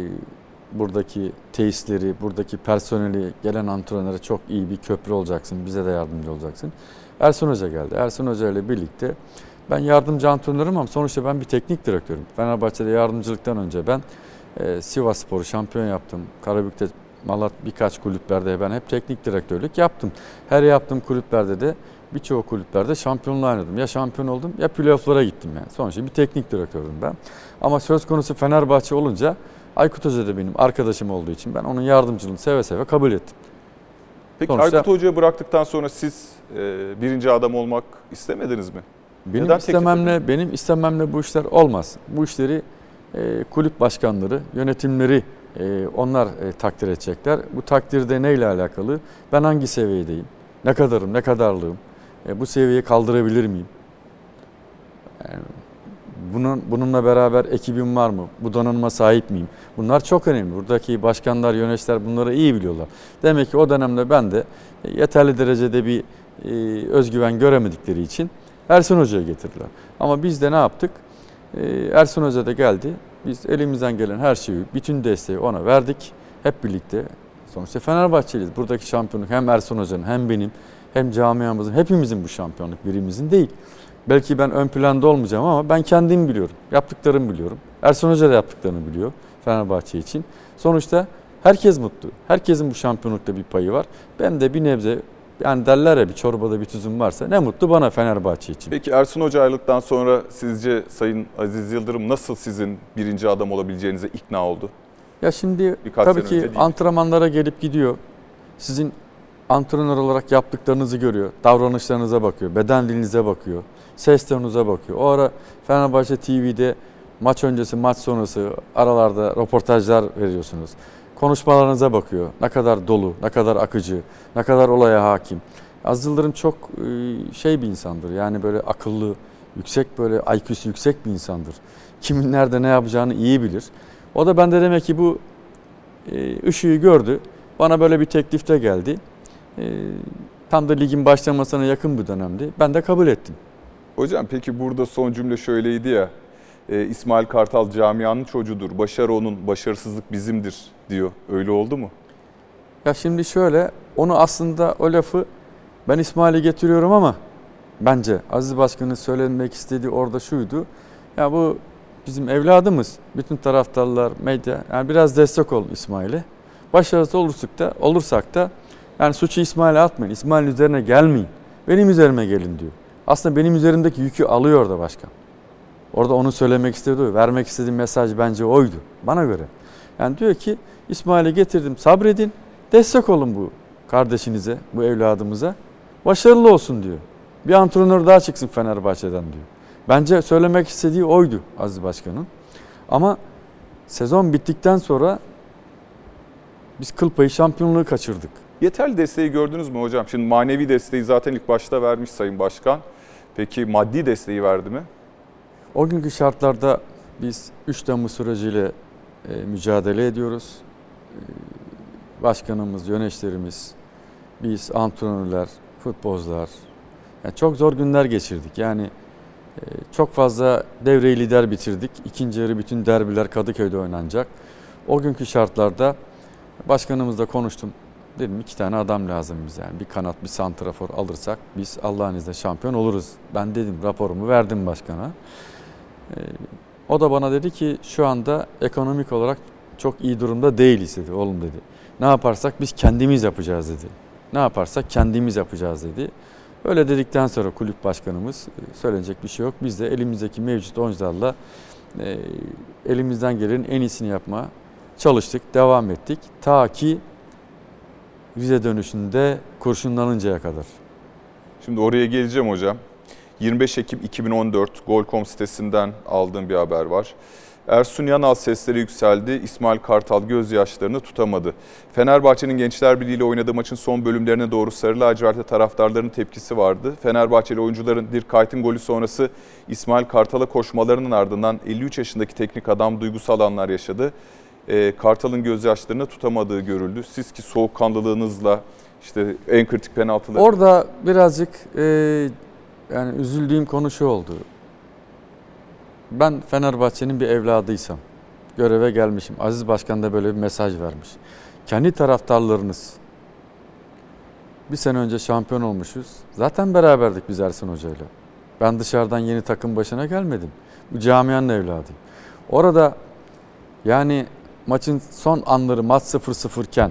buradaki tesisleri, buradaki personeli, gelen antrenöre çok iyi bir köprü olacaksın. Bize de yardımcı olacaksın. Ersun Hoca geldi. Ersun Hoca ile birlikte ben yardımcı antrenörüm ama sonuçta ben bir teknik direktörüm. Fenerbahçe'de yardımcılıktan önce ben E, Sivasspor'u şampiyon yaptım. Karabük'te, Malat birkaç kulüplerde ben hep teknik direktörlük yaptım. Her yaptığım kulüplerde de birçok kulüplerde şampiyonluğa oynadım. Ya şampiyon oldum ya playoff'lara gittim yani. Sonuçta bir teknik direktördüm ben. Ama söz konusu Fenerbahçe olunca Aykut Hoca da benim arkadaşım olduğu için ben onun yardımcılığını seve seve kabul ettim. Peki Sonuçta, Aykut Hoca'yı bıraktıktan sonra siz e, birinci adam olmak istemediniz mi? Benim Neden istememle benim istememle bu işler olmaz. Bu işleri e, kulüp başkanları, yönetimleri e, onlar e, takdir edecekler. Bu takdirde neyle alakalı? Ben hangi seviyedeyim? Ne kadarım, ne kadarlığım? E, bu seviyeyi kaldırabilir miyim? Yani bunun bununla beraber ekibim var mı? Bu donanıma sahip miyim? Bunlar çok önemli. Buradaki başkanlar, yöneticiler bunları iyi biliyorlar. Demek ki o dönemde ben de yeterli derecede bir e, özgüven göremedikleri için Ersun Hoca'ya getirdiler. Ama biz de ne yaptık? E, Ersun Hoca da geldi. Biz elimizden gelen her şeyi, bütün desteği ona verdik. Hep birlikte. Sonuçta Fenerbahçeliyiz. Buradaki şampiyonluk hem Ersun Hoca'nın hem benim hem camiamızın, hepimizin bu şampiyonluk, birimizin değil. Belki ben ön planda olmayacağım ama ben kendim biliyorum. Yaptıklarımı biliyorum. Ersun Hoca da yaptıklarını biliyor Fenerbahçe için. Sonuçta herkes mutlu. Herkesin bu şampiyonlukta bir payı var. Ben de bir nebze, yani derler ya bir çorbada bir tuzum varsa ne mutlu bana Fenerbahçe için. Peki Ersun Hoca ayrıldıktan sonra sizce Sayın Aziz Yıldırım nasıl sizin birinci adam olabileceğinize ikna oldu? Ya şimdi Birkaç tabii sene ki önce değil. antrenmanlara gelip gidiyor. Sizin antrenör olarak yaptıklarınızı görüyor. Davranışlarınıza bakıyor. Beden dilinize bakıyor. Ses tonunuza bakıyor. O ara Fenerbahçe T V'de maç öncesi, maç sonrası aralarda röportajlar veriyorsunuz. Konuşmalarınıza bakıyor. Ne kadar dolu, ne kadar akıcı, ne kadar olaya hakim. Aziz Yıldırım çok şey bir insandır. Yani böyle akıllı, yüksek, böyle I Q'su yüksek bir insandır. Kimin nerede ne yapacağını iyi bilir. O da bende demek ki bu ışığı gördü. Bana böyle bir teklifte geldi. Tam da ligin başlamasına yakın bir dönemdi. Ben de kabul ettim. Hocam peki burada son cümle şöyleydi ya. E, İsmail Kartal camianın çocuğudur. Başarı onun, başarısızlık bizimdir diyor. Öyle oldu mu? Ya şimdi şöyle, onu aslında o lafı ben İsmail'i getiriyorum ama bence Aziz Başkan'ın söylenmek istediği orada şuydu. Ya bu bizim evladımız. Bütün taraftarlar, medya, yani biraz destek olun İsmail'e. Başarısız olursak da, olursak da yani suçu İsmail'e atmayın. İsmail'in üzerine gelmeyin. Benim üzerime gelin diyor. Aslında benim üzerimdeki yükü alıyor orada başkan. Orada onu söylemek istediği, vermek istediğim mesaj bence oydu. Bana göre. Yani diyor ki İsmail'i getirdim, sabredin. Destek olun bu kardeşinize, bu evladımıza. Başarılı olsun diyor. Bir antrenör daha çıksın Fenerbahçe'den diyor. Bence söylemek istediği oydu Aziz Başkan'ın. Ama sezon bittikten sonra biz kıl payı şampiyonluğu kaçırdık. Yeterli desteği gördünüz mü hocam? Şimdi manevi desteği zaten ilk başta vermiş Sayın Başkan. Peki maddi desteği verdi mi? O günkü şartlarda biz üç Temmuz süreciyle e, mücadele ediyoruz. E, başkanımız, yöneticilerimiz, biz antrenörler, futbolcular yani çok zor günler geçirdik. Yani e, çok fazla devreyi lider bitirdik. İkinci yarı bütün derbiler Kadıköy'de oynanacak. O günkü şartlarda başkanımızla konuştum. Dedim iki tane adam lazım bize. Yani bir kanat, bir santrafor alırsak biz Allah'ın izniyle şampiyon oluruz. Ben dedim, raporumu verdim başkana. Ee, o da bana dedi ki şu anda ekonomik olarak çok iyi durumda değiliz dedi. Oğlum dedi. Ne yaparsak biz kendimiz yapacağız dedi. Ne yaparsak kendimiz yapacağız dedi. Öyle dedikten sonra kulüp başkanımız söylenecek bir şey yok. Biz de elimizdeki mevcut oyuncularla e, elimizden gelenin en iyisini yapmaya çalıştık, devam ettik. Ta ki Rize dönüşünde kurşunlanıncaya kadar. Şimdi oraya geleceğim hocam. yirmi beş Ekim iki bin on dört gol nokta com sitesinden aldığım bir haber var. Ersun Yanal sesleri yükseldi. İsmail Kartal gözyaşlarını tutamadı. Fenerbahçe'nin Gençler Birliği ile oynadığı maçın son bölümlerine doğru Sarı Lacivert'e taraftarların tepkisi vardı. Fenerbahçeli oyuncuların Dirkayt'ın golü sonrası İsmail Kartal'a koşmalarının ardından elli üç yaşındaki teknik adam duygusal anlar yaşadı. Kartal'ın gözyaşlarını tutamadığı görüldü. Siz ki soğukkanlılığınızla işte en kritik penaltıları... Orada birazcık e, yani üzüldüğüm konu şu oldu. Ben Fenerbahçe'nin bir evladıysam, göreve gelmişim. Aziz Başkan da böyle bir mesaj vermiş. Kendi taraftarlarınız, bir sene önce şampiyon olmuşuz. Zaten beraberdik biz Ersun Hoca'yla. Ben dışarıdan yeni takım başına gelmedim. Bu camianın evladıyım. Orada yani maçın son anları maç sıfır sıfır iken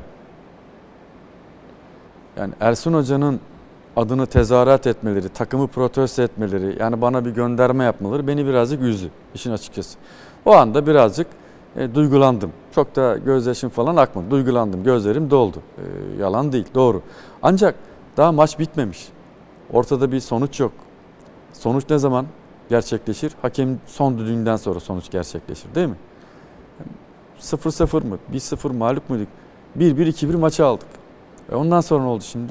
yani Ersun Hoca'nın adını tezahürat etmeleri, takımı protesto etmeleri, yani bana bir gönderme yapmaları beni birazcık üzdü işin açıkçası. O anda birazcık e, duygulandım. Çok da gözyaşım falan akmadı. Duygulandım, gözlerim doldu. E, yalan değil, doğru. Ancak daha maç bitmemiş. Ortada bir sonuç yok. Sonuç ne zaman gerçekleşir? Hakem son düdüğünden sonra sonuç gerçekleşir, değil mi? sıfır sıfır mı? bir sıfır mağlup muyduk? bir bir iki bir maçı aldık. E ondan sonra ne oldu şimdi?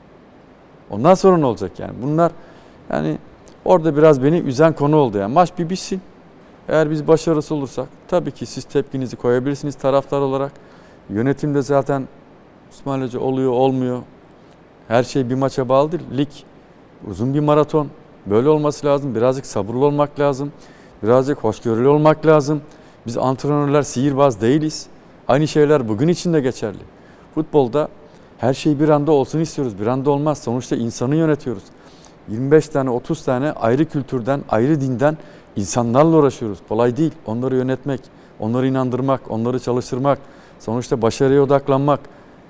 Ondan sonra ne olacak yani? Bunlar yani orada biraz beni üzen konu oldu yani. Maç bir bitsin. Eğer biz başarısız olursak tabii ki siz tepkinizi koyabilirsiniz taraftar olarak. Yönetimde zaten İsmail Hoca oluyor, olmuyor. Her şey bir maça bağlı değil. Lig uzun bir maraton. Böyle olması lazım. Birazcık sabırlı olmak lazım. Birazcık hoşgörülü olmak lazım. Biz antrenörler sihirbaz değiliz. Aynı şeyler bugün için de geçerli. Futbolda her şey bir anda olsun istiyoruz. Bir anda olmaz. Sonuçta insanı yönetiyoruz. yirmi beş tane, otuz tane ayrı kültürden, ayrı dinden insanlarla uğraşıyoruz. Kolay değil. Onları yönetmek, onları inandırmak, onları çalıştırmak, sonuçta başarıya odaklanmak.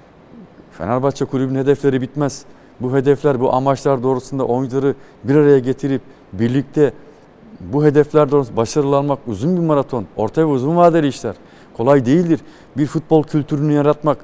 Fenerbahçe Kulübü'nün hedefleri bitmez. Bu hedefler, bu amaçlar doğrultusunda oyuncuları bir araya getirip birlikte bu hedefler doğrultusunda başarılı olmak uzun bir maraton, orta ve uzun vadeli işler. Kolay değildir. Bir futbol kültürünü yaratmak,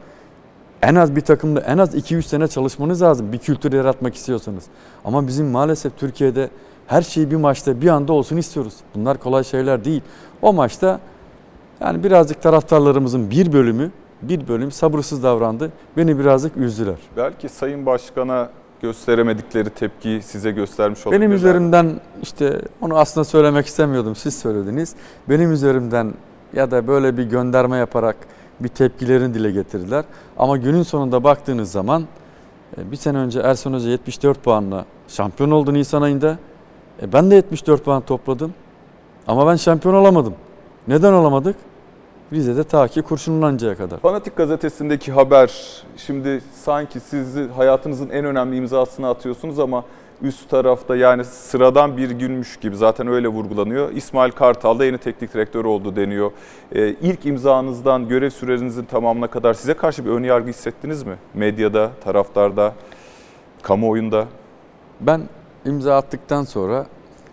en az bir takımda en az iki üç sene çalışmanız lazım bir kültür yaratmak istiyorsanız. Ama bizim maalesef Türkiye'de her şey bir maçta bir anda olsun istiyoruz. Bunlar kolay şeyler değil. O maçta yani birazcık taraftarlarımızın bir bölümü, bir bölüm sabırsız davrandı. Beni birazcık üzdüler. Belki Sayın Başkan'a gösteremedikleri tepkiyi size göstermiş olabilirler. Benim üzerimden işte onu aslında söylemek istemiyordum. Siz söylediniz. Benim üzerimden ya da böyle bir gönderme yaparak bir tepkilerini dile getirdiler. Ama günün sonunda baktığınız zaman bir sene önce Ersun Hoca yetmiş dört puanla şampiyon oldu Nisan ayında. E ben de yetmiş dört puan topladım. Ama ben şampiyon olamadım. Neden olamadık? Rize'de ta ki kurşunlanıncaya kadar. Fanatik gazetesindeki haber, şimdi sanki siz hayatınızın en önemli imzasını atıyorsunuz ama üst tarafta yani sıradan bir günmüş gibi zaten öyle vurgulanıyor. İsmail Kartal da yeni teknik direktör oldu deniyor. Ee, ilk imzanızdan görev sürenizin tamamına kadar size karşı bir ön yargı hissettiniz mi? Medyada, taraftarda, kamuoyunda? Ben imza attıktan sonra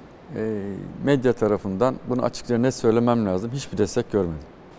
e, medya tarafından bunu açıkça net söylemem lazım. Hiçbir destek görmedim.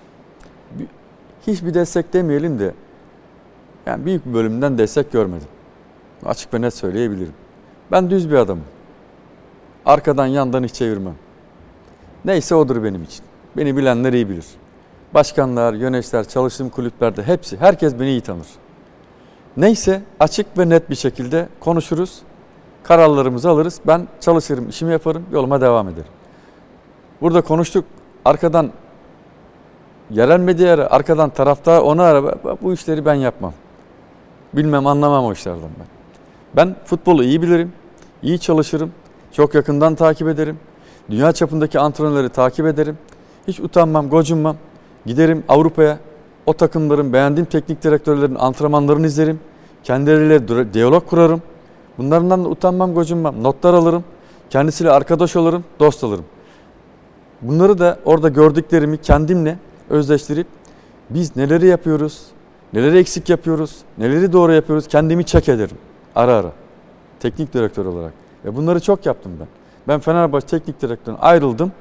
Hiçbir destek demeyelim de yani büyük bir bölümden destek görmedim. Açık ve net söyleyebilirim. Ben düz bir adamım. Arkadan yandan hiç çevirmem. Neyse odur benim için. Beni bilenler iyi bilir. Başkanlar, yöneticiler, çalıştığım kulüplerde hepsi, herkes beni iyi tanır. Neyse açık ve net bir şekilde konuşuruz. Kararlarımızı alırız. Ben çalışırım, işimi yaparım, yoluma devam ederim. Burada konuştuk. Arkadan yerel medyaya, arkadan taraftar onu ara. Bu işleri ben yapmam. Bilmem, anlamam o işlerden ben. Ben futbolu iyi bilirim, iyi çalışırım, çok yakından takip ederim. Dünya çapındaki antrenörleri takip ederim. Hiç utanmam, gocunmam. Giderim Avrupa'ya, o takımların beğendiğim teknik direktörlerin antrenmanlarını izlerim. Kendileriyle diyalog kurarım. Bunlardan da utanmam, gocunmam. Notlar alırım, kendisiyle arkadaş olurum, dost olurum. Bunları da orada gördüklerimi kendimle özdeştirip biz neleri yapıyoruz, neleri eksik yapıyoruz, neleri doğru yapıyoruz kendimi check ederim. Ara ara. Teknik direktör olarak. Ve bunları çok yaptım ben. Ben Fenerbahçe teknik direktöründen ayrıldım.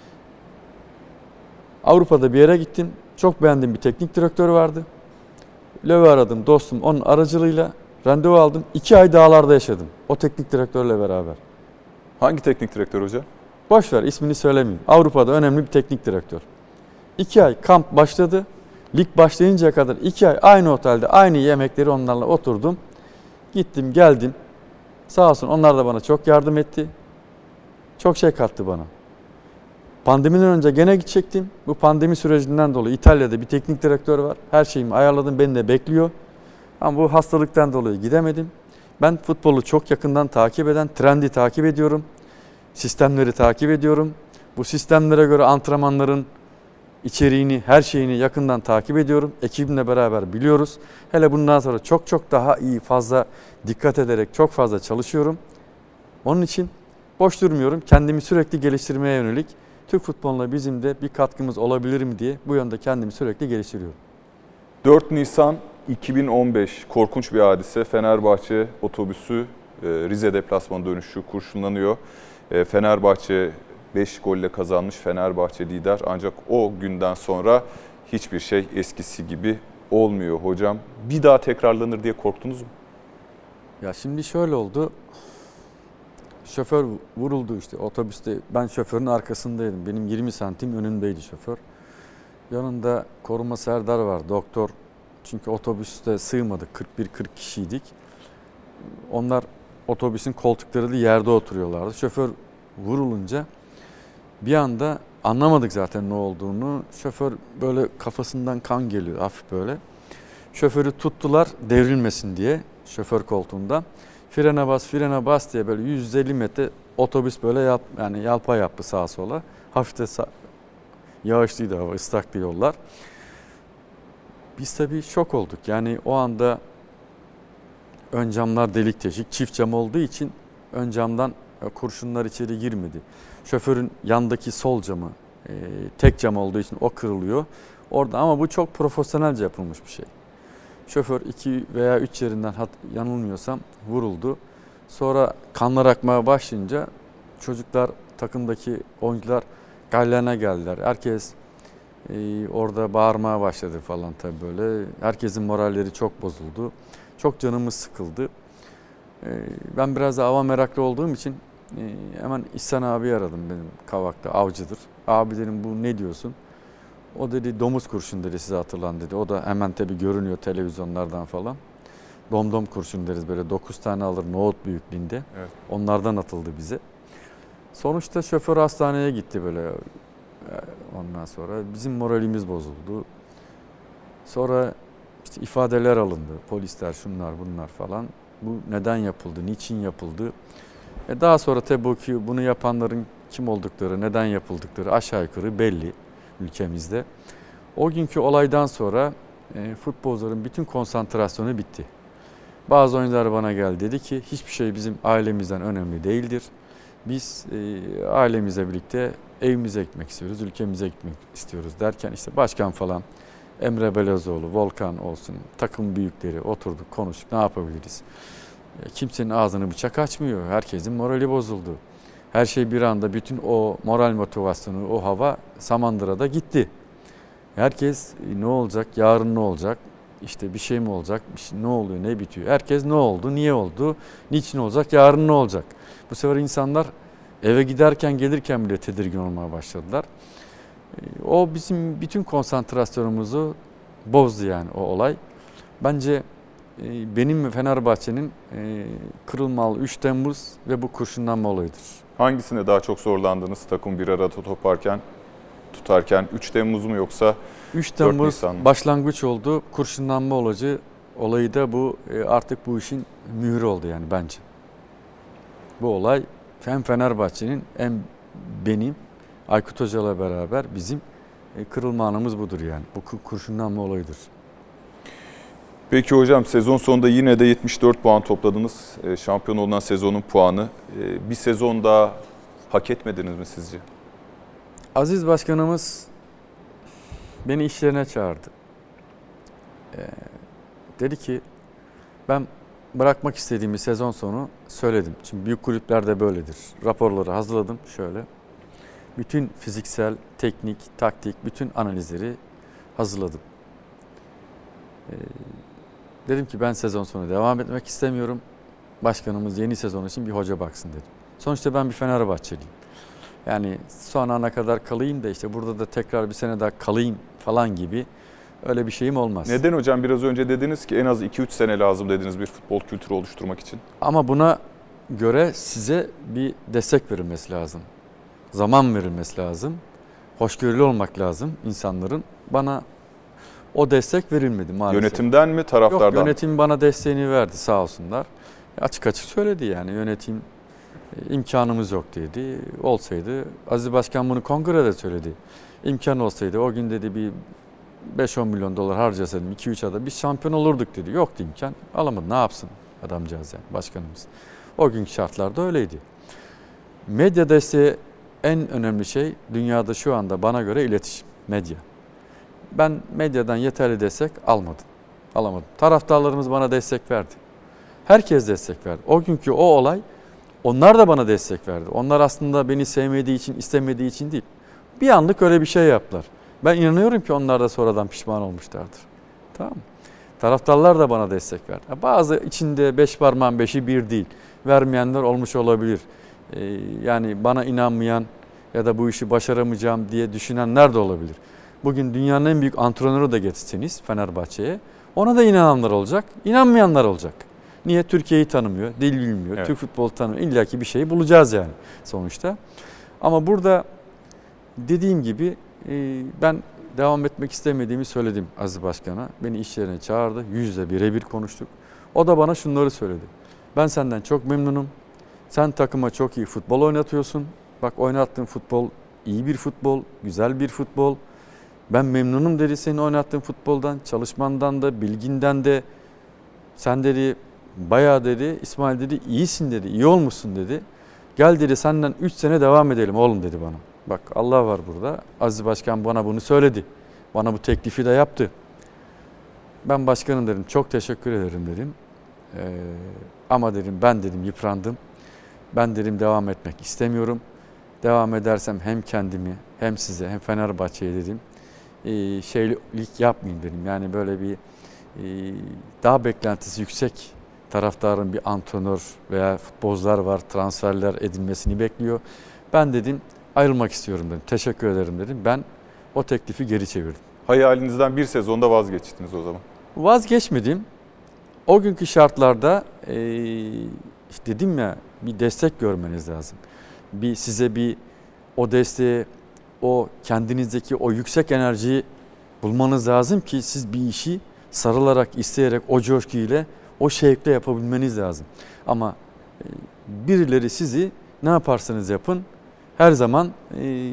Avrupa'da bir yere gittim. Çok beğendiğim bir teknik direktör vardı. Löw'ü aradım dostum. Onun aracılığıyla randevu aldım. İki ay dağlarda yaşadım. O teknik direktörle beraber. Hangi teknik direktör hoca? Boş ver, ismini söylemeyeyim. Avrupa'da önemli bir teknik direktör. İki ay kamp başladı. Lig başlayıncaya kadar iki ay aynı otelde aynı yemekleri onlarla oturdum. Gittim geldim. Sağ olsun onlar da bana çok yardım etti. Çok şey kattı bana. Pandemiden önce gene gidecektim. Bu pandemi sürecinden dolayı İtalya'da bir teknik direktör var. Her şeyimi ayarladım, beni de bekliyor. Ama bu hastalıktan dolayı gidemedim. Ben futbolu çok yakından takip eden, trendi takip ediyorum. Sistemleri takip ediyorum. Bu sistemlere göre antrenmanların içeriğini, her şeyini yakından takip ediyorum. Ekibimle beraber biliyoruz. Hele bundan sonra çok çok daha iyi, fazla dikkat ederek çok fazla çalışıyorum. Onun için boş durmuyorum. Kendimi sürekli geliştirmeye yönelik Türk futboluna bizim de bir katkımız olabilir mi diye bu yönde kendimi sürekli geliştiriyorum. dört Nisan iki bin on beş korkunç bir hadise. Fenerbahçe otobüsü Rize deplasman dönüşü kurşunlanıyor. Fenerbahçe beş golle kazanmış, Fenerbahçe lider. Ancak o günden sonra hiçbir şey eskisi gibi olmuyor hocam. Bir daha tekrarlanır diye korktunuz mu? Ya şimdi şöyle oldu. Şoför vuruldu işte otobüste. Ben şoförün arkasındaydım. Benim yirmi santim önündeydi şoför. Yanında koruma Serdar var, doktor. Çünkü otobüste sığmadık. kırk bir kırk kişiydik. Onlar otobüsün koltukları da yerde oturuyorlardı. Şoför vurulunca bir anda anlamadık zaten ne olduğunu. Şoför böyle kafasından kan geliyor hafif böyle. Şoförü tuttular devrilmesin diye şoför koltuğundan. Frene bas, frene bas diye böyle yüz elli metre otobüs böyle yap, yani yalpa yaptı sağa sola. Hafif de sağ, yağışlıydı hava, ıslaktı yollar. Biz tabii şok olduk. Yani o anda ön camlar delik deşik, çift cam olduğu için ön camdan kurşunlar içeri girmedi. Şoförün yandaki sol camı e, tek cam olduğu için o kırılıyor. Orada ama bu çok profesyonelce yapılmış bir şey. Şoför iki veya üç yerinden yanılmıyorsam vuruldu. Sonra kanlar akmaya başlayınca çocuklar, takımdaki oyuncular gallerine geldiler. Herkes e, orada bağırmaya başladı falan tabii böyle. Herkesin moralleri çok bozuldu. Çok canımız sıkıldı. E, ben biraz da ava meraklı olduğum için e, hemen İhsan abi aradım, benim Kavak'ta avcıdır. Abi dedim, bu ne diyorsun? O dedi domuz kurşun dedi, size hatırlan dedi. O da hemen tabii görünüyor televizyonlardan falan. Domdom kurşun deriz, böyle dokuz tane alır nohut büyüklüğünde. Evet. Onlardan atıldı bize. Sonuçta şoför hastaneye gitti böyle. Ondan sonra bizim moralimiz bozuldu. Sonra işte ifadeler alındı. Polisler, şunlar bunlar falan. Bu neden yapıldı, niçin yapıldı? E daha sonra tabii ki bunu yapanların kim oldukları, neden yapıldıkları aşağı yukarı belli ülkemizde. O günkü olaydan sonra e, futbolcuların bütün konsantrasyonu bitti. Bazı oyuncular bana geldi, dedi ki hiçbir şey bizim ailemizden önemli değildir. Biz e, ailemizle birlikte evimize gitmek istiyoruz, ülkemize gitmek istiyoruz derken işte başkan falan, Emre Belözoğlu, Volkan olsun, takım büyükleri oturduk, konuştuk, ne yapabiliriz? E, kimsenin ağzını bıçak açmıyor, herkesin morali bozuldu. Her şey bir anda, bütün o moral motivasyonu, o hava Samandıra'da gitti. Herkes ne olacak, yarın ne olacak, işte bir şey mi olacak, bir şey, ne oluyor, ne bitiyor. Herkes ne oldu, niye oldu, niçin olacak, yarın ne olacak. Bu sefer insanlar eve giderken gelirken bile tedirgin olmaya başladılar. O bizim bütün konsantrasyonumuzu bozdu yani o olay. Bence benim ve Fenerbahçe'nin kırılmalı üç Temmuz ve bu kurşunlanma olayıdır. Hangisine daha çok zorlandınız takım bir arada toparken, tutarken? üç Temmuz mu yoksa üç Temmuz dört Nisan mı? Başlangıç oldu. Kurşunlanma olayı, olayı da bu artık bu işin mührü oldu yani bence. Bu olay hem Fenerbahçe'nin hem benim, Aykut Hoca'yla beraber bizim kırılma anımız budur yani. Bu kurşunlanma olayıdır. Peki hocam, sezon sonunda yine de yetmiş dört puan topladınız. Şampiyon olunan sezonun puanı. Bir sezon daha hak etmediniz mi sizce? Aziz Başkanımız beni işlerine çağırdı. Ee, dedi ki ben bırakmak istediğimi sezon sonu söyledim. Çünkü büyük kulüplerde böyledir. Raporları hazırladım şöyle. Bütün fiziksel, teknik, taktik, bütün analizleri hazırladım. Ee, dedim ki ben sezon sonu devam etmek istemiyorum. Başkanımız yeni sezon için bir hoca baksın dedim. Sonuçta ben bir Fenerbahçeliyim. Yani son ana kadar kalayım da işte burada da tekrar bir sene daha kalayım falan gibi öyle bir şeyim olmaz. Neden hocam? Biraz önce dediniz ki en az iki üç sene lazım dediniz bir futbol kültürü oluşturmak için. Ama buna göre size bir destek verilmesi lazım. Zaman verilmesi lazım. Hoşgörülü olmak lazım insanların. Bana o destek verilmedi maalesef. Yönetimden mi, taraftardan? Yok, yönetim bana desteğini verdi sağ olsunlar. Açık açık söyledi yani yönetim imkanımız yok dedi. Olsaydı, Aziz Başkan bunu kongrede söyledi. İmkan olsaydı o gün dedi bir beş on milyon dolar harcasaydım iki üç ayda biz şampiyon olurduk dedi. Yoktu imkan. Alamadı. Ne yapsın adamcağız yani başkanımız. O günkü şartlarda öyleydi. Medya desteği en önemli şey dünyada şu anda bana göre iletişim, medya. Ben medyadan yeterli destek almadım, alamadım. Taraftarlarımız bana destek verdi. Herkes destek verdi. O günkü o olay, onlar da bana destek verdi. Onlar aslında beni sevmediği için, istemediği için değil. Bir anlık öyle bir şey yaptılar. Ben inanıyorum ki onlar da sonradan pişman olmuşlardır. Tamam mı? Taraftarlar da bana destek verdi. Bazı içinde beş parmağın beşi bir değil. Vermeyenler olmuş olabilir. Ee, yani bana inanmayan ya da bu işi başaramayacağım diye düşünenler de olabilir. Bugün dünyanın en büyük antrenörü de getirseniz Fenerbahçe'ye, ona da inananlar olacak, inanmayanlar olacak. Niye? Türkiye'yi tanımıyor, dil bilmiyor, evet. Türk futbolu tanımıyor. İlla ki bir şeyi bulacağız yani sonuçta. Ama burada dediğim gibi ben devam etmek istemediğimi söyledim Aziz Başkan'a. Beni iş yerine çağırdı, yüzle birebir konuştuk. O da bana şunları söyledi. Ben senden çok memnunum. Sen takıma çok iyi futbol oynatıyorsun. Bak, oynattığın futbol iyi bir futbol, güzel bir futbol. Ben memnunum dedi senin oynattığın futboldan, çalışmandan da, bilginden de. Sen dedi bayağı dedi, İsmail dedi iyisin dedi, iyi olmuşsun dedi. Gel dedi senden üç sene devam edelim oğlum dedi bana. Bak, Allah var burada. Aziz Başkan bana bunu söyledi. Bana bu teklifi de yaptı. Ben başkanım dedim, çok teşekkür ederim dedim. Ee, ama dedim ben dedim yıprandım. Ben dedim devam etmek istemiyorum. Devam edersem hem kendimi hem size hem Fenerbahçe'ye dedim e, şeylik yapmayayım dedim. Yani böyle bir e, daha beklentisi yüksek taraftarın bir antrenör veya futbolcular var, transferler edilmesini bekliyor. Ben dedim ayrılmak istiyorum dedim. Teşekkür ederim dedim. Ben o teklifi geri çevirdim. Hayalinizden bir sezonda vazgeçtiniz o zaman. Vazgeçmedim. O günkü şartlarda e, işte dedim ya, bir destek görmeniz lazım. Bir size bir o desteği, o kendinizdeki o yüksek enerjiyi bulmanız lazım ki siz bir işi sarılarak, isteyerek, o coşkuyla, o şevkle yapabilmeniz lazım. Ama e, birileri sizi ne yaparsanız yapın her zaman e,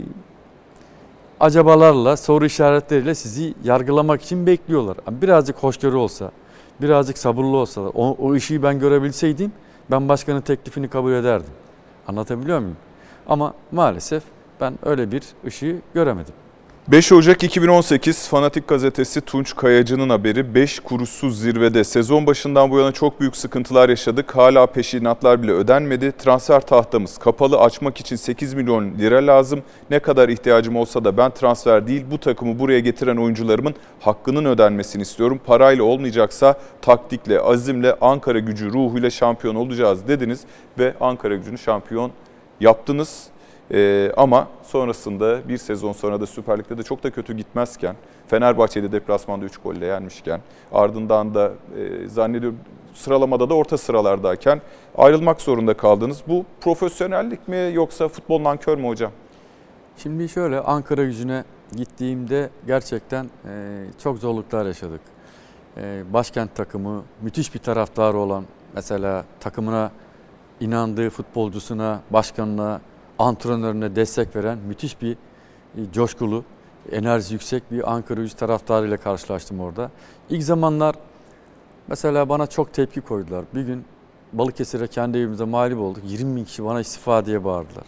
acabalarla, soru işaretleriyle sizi yargılamak için bekliyorlar. Birazcık hoşgörü olsa, birazcık sabırlı olsalar, o, o işi ben görebilseydim ben başkanın teklifini kabul ederdim. Anlatabiliyor muyum? Ama maalesef ben öyle bir ışığı göremedim. beş Ocak iki bin on sekiz Fanatik Gazetesi Tunç Kayacı'nın haberi, beş kuruşsuz zirvede. Sezon başından bu yana çok büyük sıkıntılar yaşadık. Hala peşinatlar bile ödenmedi. Transfer tahtamız kapalı, açmak için sekiz milyon lira lazım. Ne kadar ihtiyacım olsa da ben transfer değil, bu takımı buraya getiren oyuncularımın hakkının ödenmesini istiyorum. Parayla olmayacaksa taktikle, azimle, Ankara Gücü ruhuyla şampiyon olacağız dediniz ve Ankara Gücü'nü şampiyon yaptınız. Ee, ama sonrasında bir sezon sonra da Süper Lig'de de çok da kötü gitmezken, Fenerbahçe'de deplasmanda üç golle yenmişken, ardından da e, zannediyorum sıralamada da orta sıralardayken ayrılmak zorunda kaldınız. Bu profesyonellik mi yoksa futbol nankör mü hocam? Şimdi şöyle, Ankara Gücü'ne gittiğimde gerçekten e, çok zorluklar yaşadık. E, başkent takımı, müthiş bir taraftarı olan, mesela takımına inandığı futbolcusuna, başkanına, antrenörüne destek veren müthiş bir coşkulu, enerjisi yüksek bir Ankara Gücü taraftarıyla karşılaştım orada. İlk zamanlar mesela bana çok tepki koydular. Bir gün Balıkesir'e kendi evimizde mağlup olduk. yirmi bin kişi bana istifa diye bağırdılar.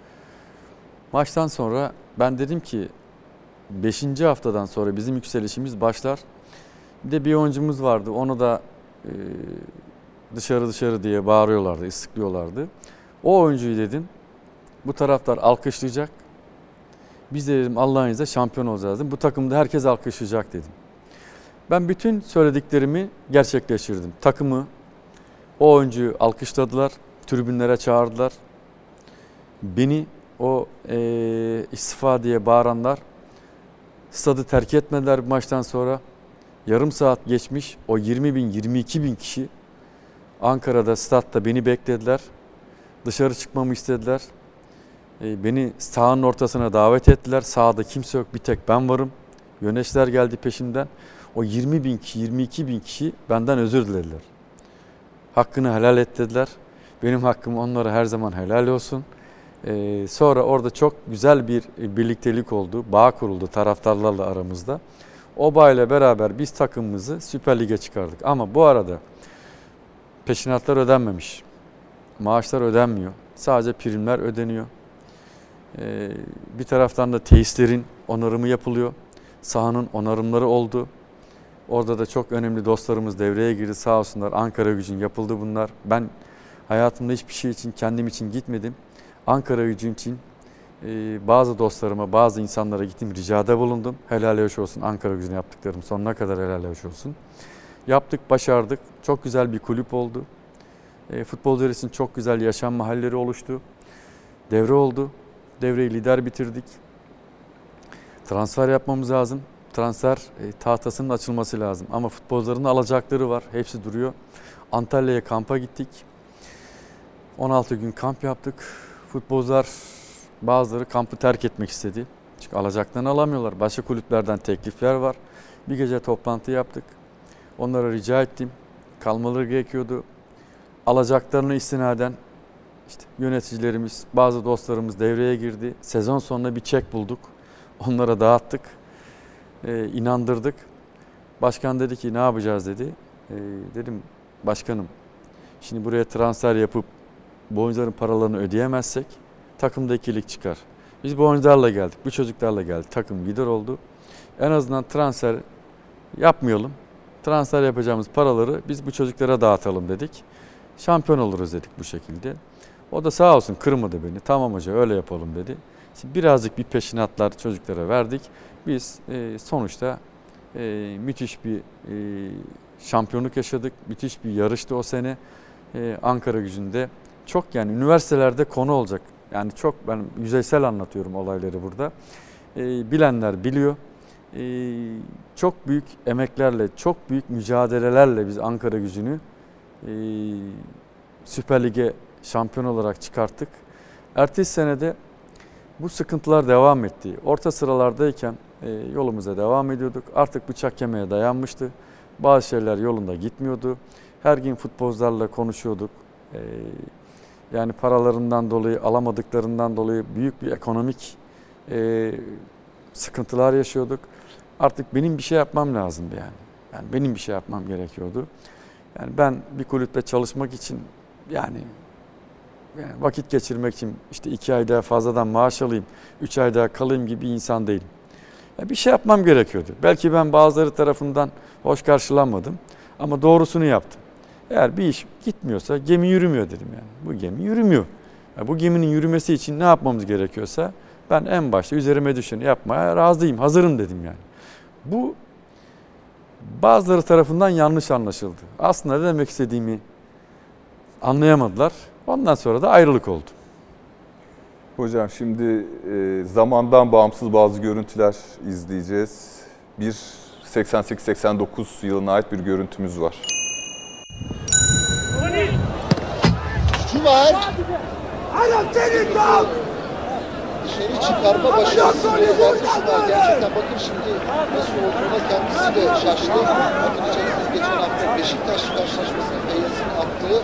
Maçtan sonra ben dedim ki beşinci haftadan sonra bizim yükselişimiz başlar. Bir de bir oyuncumuz vardı. Onu da e, dışarı dışarı diye bağırıyorlardı, ıslıklıyorlardı. O oyuncuyu dedim, bu taraftar alkışlayacak. Biz de dedim Allah'ın izniyle şampiyon olacağız dedim. Bu takımda herkes alkışlayacak dedim. Ben bütün söylediklerimi gerçekleştirdim. Takımı, o oyuncuyu alkışladılar. Tribünlere çağırdılar. Beni o e, istifa diye bağıranlar stadı terk etmediler maçtan sonra. Yarım saat geçmiş, o yirmi bin, yirmi iki bin kişi Ankara'da, statta beni beklediler. Dışarı çıkmamı istediler. Beni sahanın ortasına davet ettiler. Sahada kimse yok, bir tek ben varım. Yöneticiler geldi peşimden. O yirmi bin kişi, yirmi iki bin kişi benden özür dilediler. Hakkını helal et dediler. Benim hakkım onlara her zaman helal olsun. Ee, sonra orada çok güzel bir birliktelik oldu. Bağ kuruldu taraftarlarla aramızda. O bağıyla beraber biz takımımızı Süper Lig'e çıkardık. Ama bu arada peşinatlar ödenmemiş. Maaşlar ödenmiyor. Sadece primler ödeniyor. E, bir taraftan da tesislerin onarımı yapılıyor. Sahanın onarımları oldu. Orada da çok önemli dostlarımız devreye girdi. Sağ olsunlar, Ankaragücü'nün yapıldı bunlar. Ben hayatımda hiçbir şey için, kendim için gitmedim. Ankaragücü için e, bazı dostlarıma, bazı insanlara gittim, ricada bulundum. Helal hoş olsun, Ankaragücü'ne yaptıklarım sonuna kadar helal hoş olsun. Yaptık, başardık. Çok güzel bir kulüp oldu. E, futbolcular için çok güzel yaşam mahalleleri oluştu. Devre oldu. Devreyi lider bitirdik. Transfer yapmamız lazım. Transfer e, tahtasının açılması lazım. Ama futbolcuların alacakları var. Hepsi duruyor. Antalya'ya kampa gittik. on altı gün kamp yaptık. Futbolcular bazıları kampı terk etmek istedi. Çünkü alacaklarını alamıyorlar. Başka kulüplerden teklifler var. Bir gece toplantı yaptık. Onlara rica ettim. Kalmaları gerekiyordu. Alacaklarını istinaden işte yöneticilerimiz, bazı dostlarımız devreye girdi. Sezon sonunda bir çek bulduk. Onlara dağıttık. Ee, inandırdık. Başkan dedi ki ne yapacağız dedi. Ee, dedim başkanım şimdi buraya transfer yapıp bu oyuncuların paralarını ödeyemezsek takımda ikilik çıkar. Biz bu oyuncularla geldik. Bu çocuklarla geldik. Takım lider oldu. En azından transfer yapmayalım. Transfer yapacağımız paraları biz bu çocuklara dağıtalım dedik. Şampiyon oluruz dedik bu şekilde. O da sağ olsun kırmadı beni. Tamam hoca öyle yapalım dedi. Şimdi birazcık bir peşinatlar çocuklara verdik. Biz e, sonuçta e, müthiş bir e, şampiyonluk yaşadık. Müthiş bir yarıştı o sene. E, Ankaragücü'nde çok yani üniversitelerde konu olacak. Yani çok ben yüzeysel anlatıyorum olayları burada. E, bilenler biliyor. E, çok büyük emeklerle, çok büyük mücadelelerle biz Ankaragücü'nü e, Süper Lig'e şampiyon olarak çıkarttık. Ertesi senede bu sıkıntılar devam etti. Orta sıralardayken e, yolumuza devam ediyorduk. Artık bıçak kemiğe dayanmıştı. Bazı şeyler yolunda gitmiyordu. Her gün futbolcularla konuşuyorduk. E, yani paralarından dolayı, alamadıklarından dolayı büyük bir ekonomik e, sıkıntılar yaşıyorduk. Artık benim bir şey yapmam lazımdı yani. Yani benim bir şey yapmam gerekiyordu. Yani ben bir kulüpte çalışmak için yani Yani vakit geçirmek için işte iki ay daha fazladan maaş alayım, üç ay daha kalayım gibi bir insan değilim. Yani bir şey yapmam gerekiyordu. Belki ben bazıları tarafından hoş karşılanmadım ama doğrusunu yaptım. Eğer bir iş gitmiyorsa gemi yürümüyor dedim yani. Bu gemi yürümüyor. Yani bu geminin yürümesi için ne yapmamız gerekiyorsa ben en başta üzerime düşeni yapmaya razıyım, hazırım dedim yani. Bu bazıları tarafından yanlış anlaşıldı. Aslında ne demek istediğimi anlayamadılar. Ondan sonra da ayrılık oldu. Hocam şimdi e, zamandan bağımsız bazı görüntüler izleyeceğiz. Bir seksen sekiz seksen dokuz yılına ait bir görüntümüz var. Şu var. Dışarı çıkarma başarısı gösterdi şu var. Gerçekten bakın şimdi nasıl olduğuna kendisi de şaştı. Hatırlayacaksınız geçen hafta Beşiktaş karşılaşmasının Beyaz'ın attığı.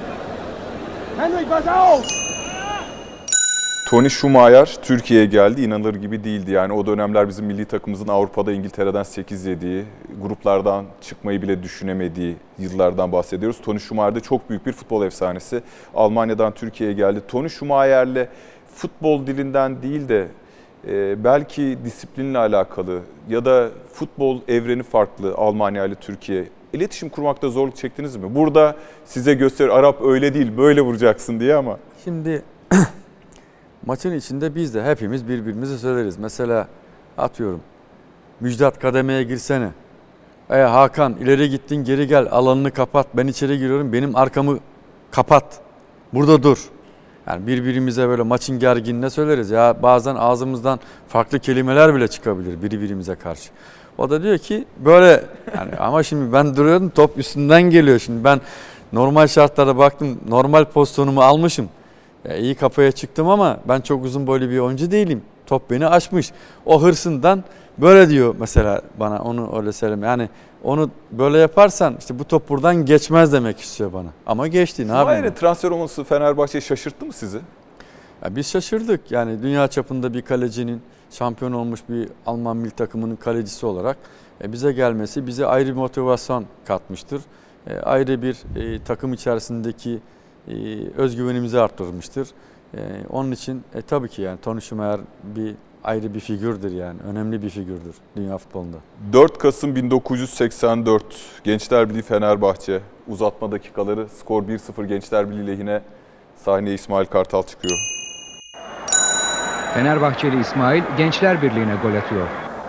Toni Schumacher Türkiye'ye geldi. İnanılır gibi değildi. Yani o dönemler bizim milli takımımızın Avrupa'da İngiltere'den sekiz yediği, gruplardan çıkmayı bile düşünemediği yıllardan bahsediyoruz. Toni Schumacher de çok büyük bir futbol efsanesi. Almanya'dan Türkiye'ye geldi. Toni Schumacher'le futbol dilinden değil de e, belki disiplinle alakalı ya da futbol evreni farklı Almanya ile Türkiye. İletişim kurmakta zorluk çektiniz mi? Burada size gösteriyor, Arap öyle değil, böyle vuracaksın diye ama. Şimdi maçın içinde biz de hepimiz birbirimize söyleriz. Mesela atıyorum, Müjdat kademeye girsene. E Hakan ileri gittin geri gel, alanını kapat. Ben içeri giriyorum, benim arkamı kapat. Burada dur. Yani birbirimize böyle maçın gerginliğine söyleriz. Ya bazen ağzımızdan farklı kelimeler bile çıkabilir birbirimize karşı. O da diyor ki böyle yani ama şimdi ben duruyorum top üstünden geliyor. Şimdi ben normal şartlarda baktım normal pozisyonumu almışım. Ya iyi kafaya çıktım ama ben çok uzun boylu bir oyuncu değilim. Top beni aşmış. O hırsından böyle diyor mesela bana onu öyle söyleme. Yani onu böyle yaparsan işte bu top buradan geçmez demek istiyor bana. Ama geçti ne yapayım? Schumacher'in transfer olması Fenerbahçe'yi şaşırttı mı sizi? Ya biz şaşırdık. Yani dünya çapında bir kalecinin şampiyon olmuş bir Alman milli takımının kalecisi olarak e, bize gelmesi bize ayrı bir motivasyon katmıştır. E, ayrı bir e, takım içerisindeki e, özgüvenimizi arttırmıştır. E, onun için e, tabii ki yani Toni Schumacher bir ayrı bir figürdür yani. Önemli bir figürdür dünya futbolunda. dört Kasım bin dokuz yüz seksen dört Gençler Birliği Fenerbahçe uzatma dakikaları, skor bir sıfır Gençler Birliği lehine. Sahneye İsmail Kartal çıkıyor. Fenerbahçeli İsmail Gençler Birliği'ne gol atıyor.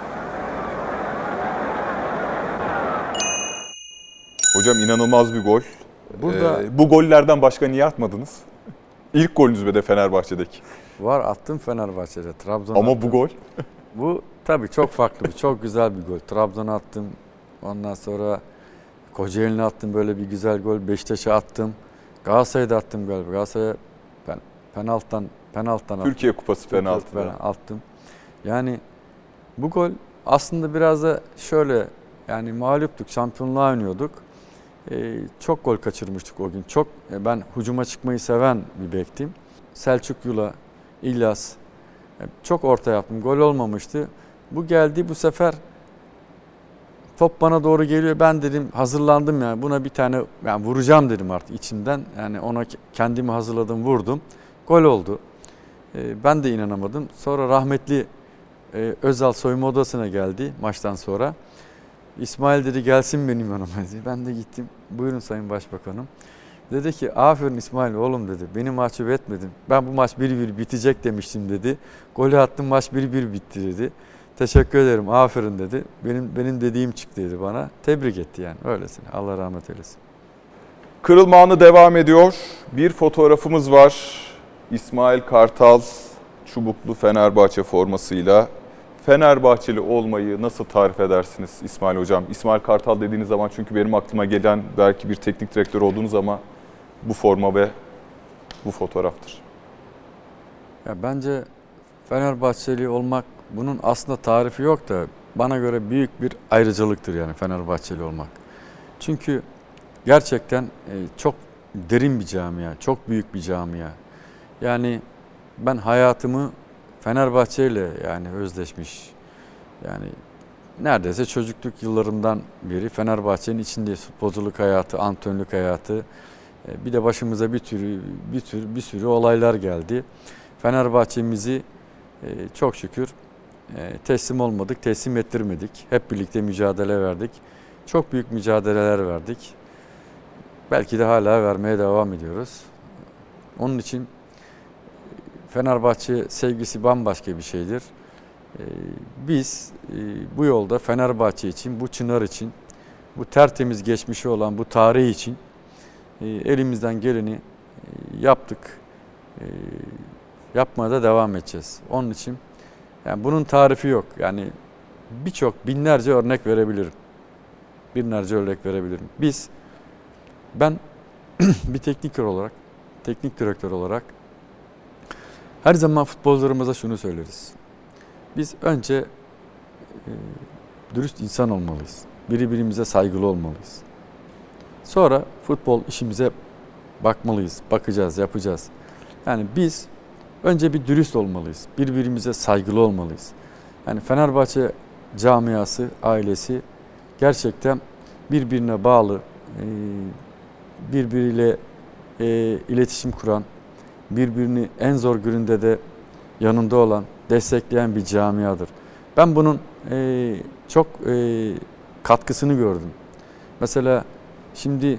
Hocam inanılmaz bir gol. Burada Ee, bu gollerden başka niye atmadınız? İlk golünüz be de Fenerbahçe'deki. var, attım Fenerbahçe'de. Trabzon'a Ama attım. bu gol. Bu tabii çok farklı bir, çok güzel bir gol. Trabzon'a attım. Ondan sonra Kocaeli'ne attım böyle bir güzel gol. Beşiktaş'a attım. Galatasaray'da attım galiba. Galatasaray'a ben penaltıdan penaltıdan attım. Türkiye Kupası penaltıdan attım. Yani bu gol aslında biraz da şöyle, yani mağluptuk, şampiyonluğa oynuyorduk. Ee, çok gol kaçırmıştık o gün. Çok ben hücuma çıkmayı seven bir bektim. Selçuk Yula, İlyas çok orta yaptım. Gol olmamıştı. Bu geldi bu sefer top bana doğru geliyor. Ben dedim hazırlandım yani buna bir tane yani vuracağım dedim artık içimden. Yani ona kendimi hazırladım, vurdum. Gol oldu. Ee, ben de inanamadım. Sonra rahmetli e, Özal soyunma odasına geldi maçtan sonra. İsmail dedi gelsin benim yanıma dedi. Ben de gittim. Buyurun Sayın Başbakanım. Dedi ki aferin İsmail oğlum dedi. Beni mahcup etmedin. Ben bu maç bir bir bitecek demiştim dedi. Golü attım, maç bir bir bitti dedi. Teşekkür ederim, aferin dedi. Benim benim dediğim çıktı dedi bana. Tebrik etti yani öylesine. Allah rahmet eylesin. Kırılma anı devam ediyor. Bir fotoğrafımız var. İsmail Kartal çubuklu Fenerbahçe formasıyla. Fenerbahçeli olmayı nasıl tarif edersiniz İsmail Hocam? İsmail Kartal dediğiniz zaman çünkü benim aklıma gelen belki bir teknik direktör olduğunuz ama bu forma ve bu fotoğraftır. Ya bence Fenerbahçeli olmak bunun aslında tarifi yok da bana göre büyük bir ayrıcalıktır yani Fenerbahçeli olmak. Çünkü gerçekten çok derin bir camia, çok büyük bir camia. Yani ben hayatımı Fenerbahçe ile yani özleşmiş, yani neredeyse çocukluk yıllarından beri Fenerbahçe'nin içindeyiz. Futbolculuk hayatı, antrenörlük hayatı, bir de başımıza bir tür bir tür bir sürü olaylar geldi. Fenerbahçe'mizi çok şükür teslim olmadık, teslim ettirmedik. Hep birlikte mücadele verdik. Çok büyük mücadeleler verdik. Belki de hala vermeye devam ediyoruz. Onun için Fenerbahçe sevgisi bambaşka bir şeydir. Biz bu yolda Fenerbahçe için, bu çınar için, bu tertemiz geçmişi olan bu tarih için elimizden geleni yaptık. Yapmaya da devam edeceğiz. Onun için yani bunun tarifi yok. Yani birçok binlerce örnek verebilirim. Binlerce örnek verebilirim. Biz, ben bir teknikör olarak, teknik direktör olarak her zaman futbolcularımıza şunu söyleriz. Biz önce e, dürüst insan olmalıyız. Birbirimize saygılı olmalıyız. Sonra futbol işimize bakmalıyız, bakacağız, yapacağız. Yani biz önce bir dürüst olmalıyız. Birbirimize saygılı olmalıyız. Yani Fenerbahçe camiası, ailesi gerçekten birbirine bağlı, birbiriyle iletişim kuran, birbirini en zor gününde de yanında olan, destekleyen bir camiadır. Ben bunun çok katkısını gördüm. Mesela şimdi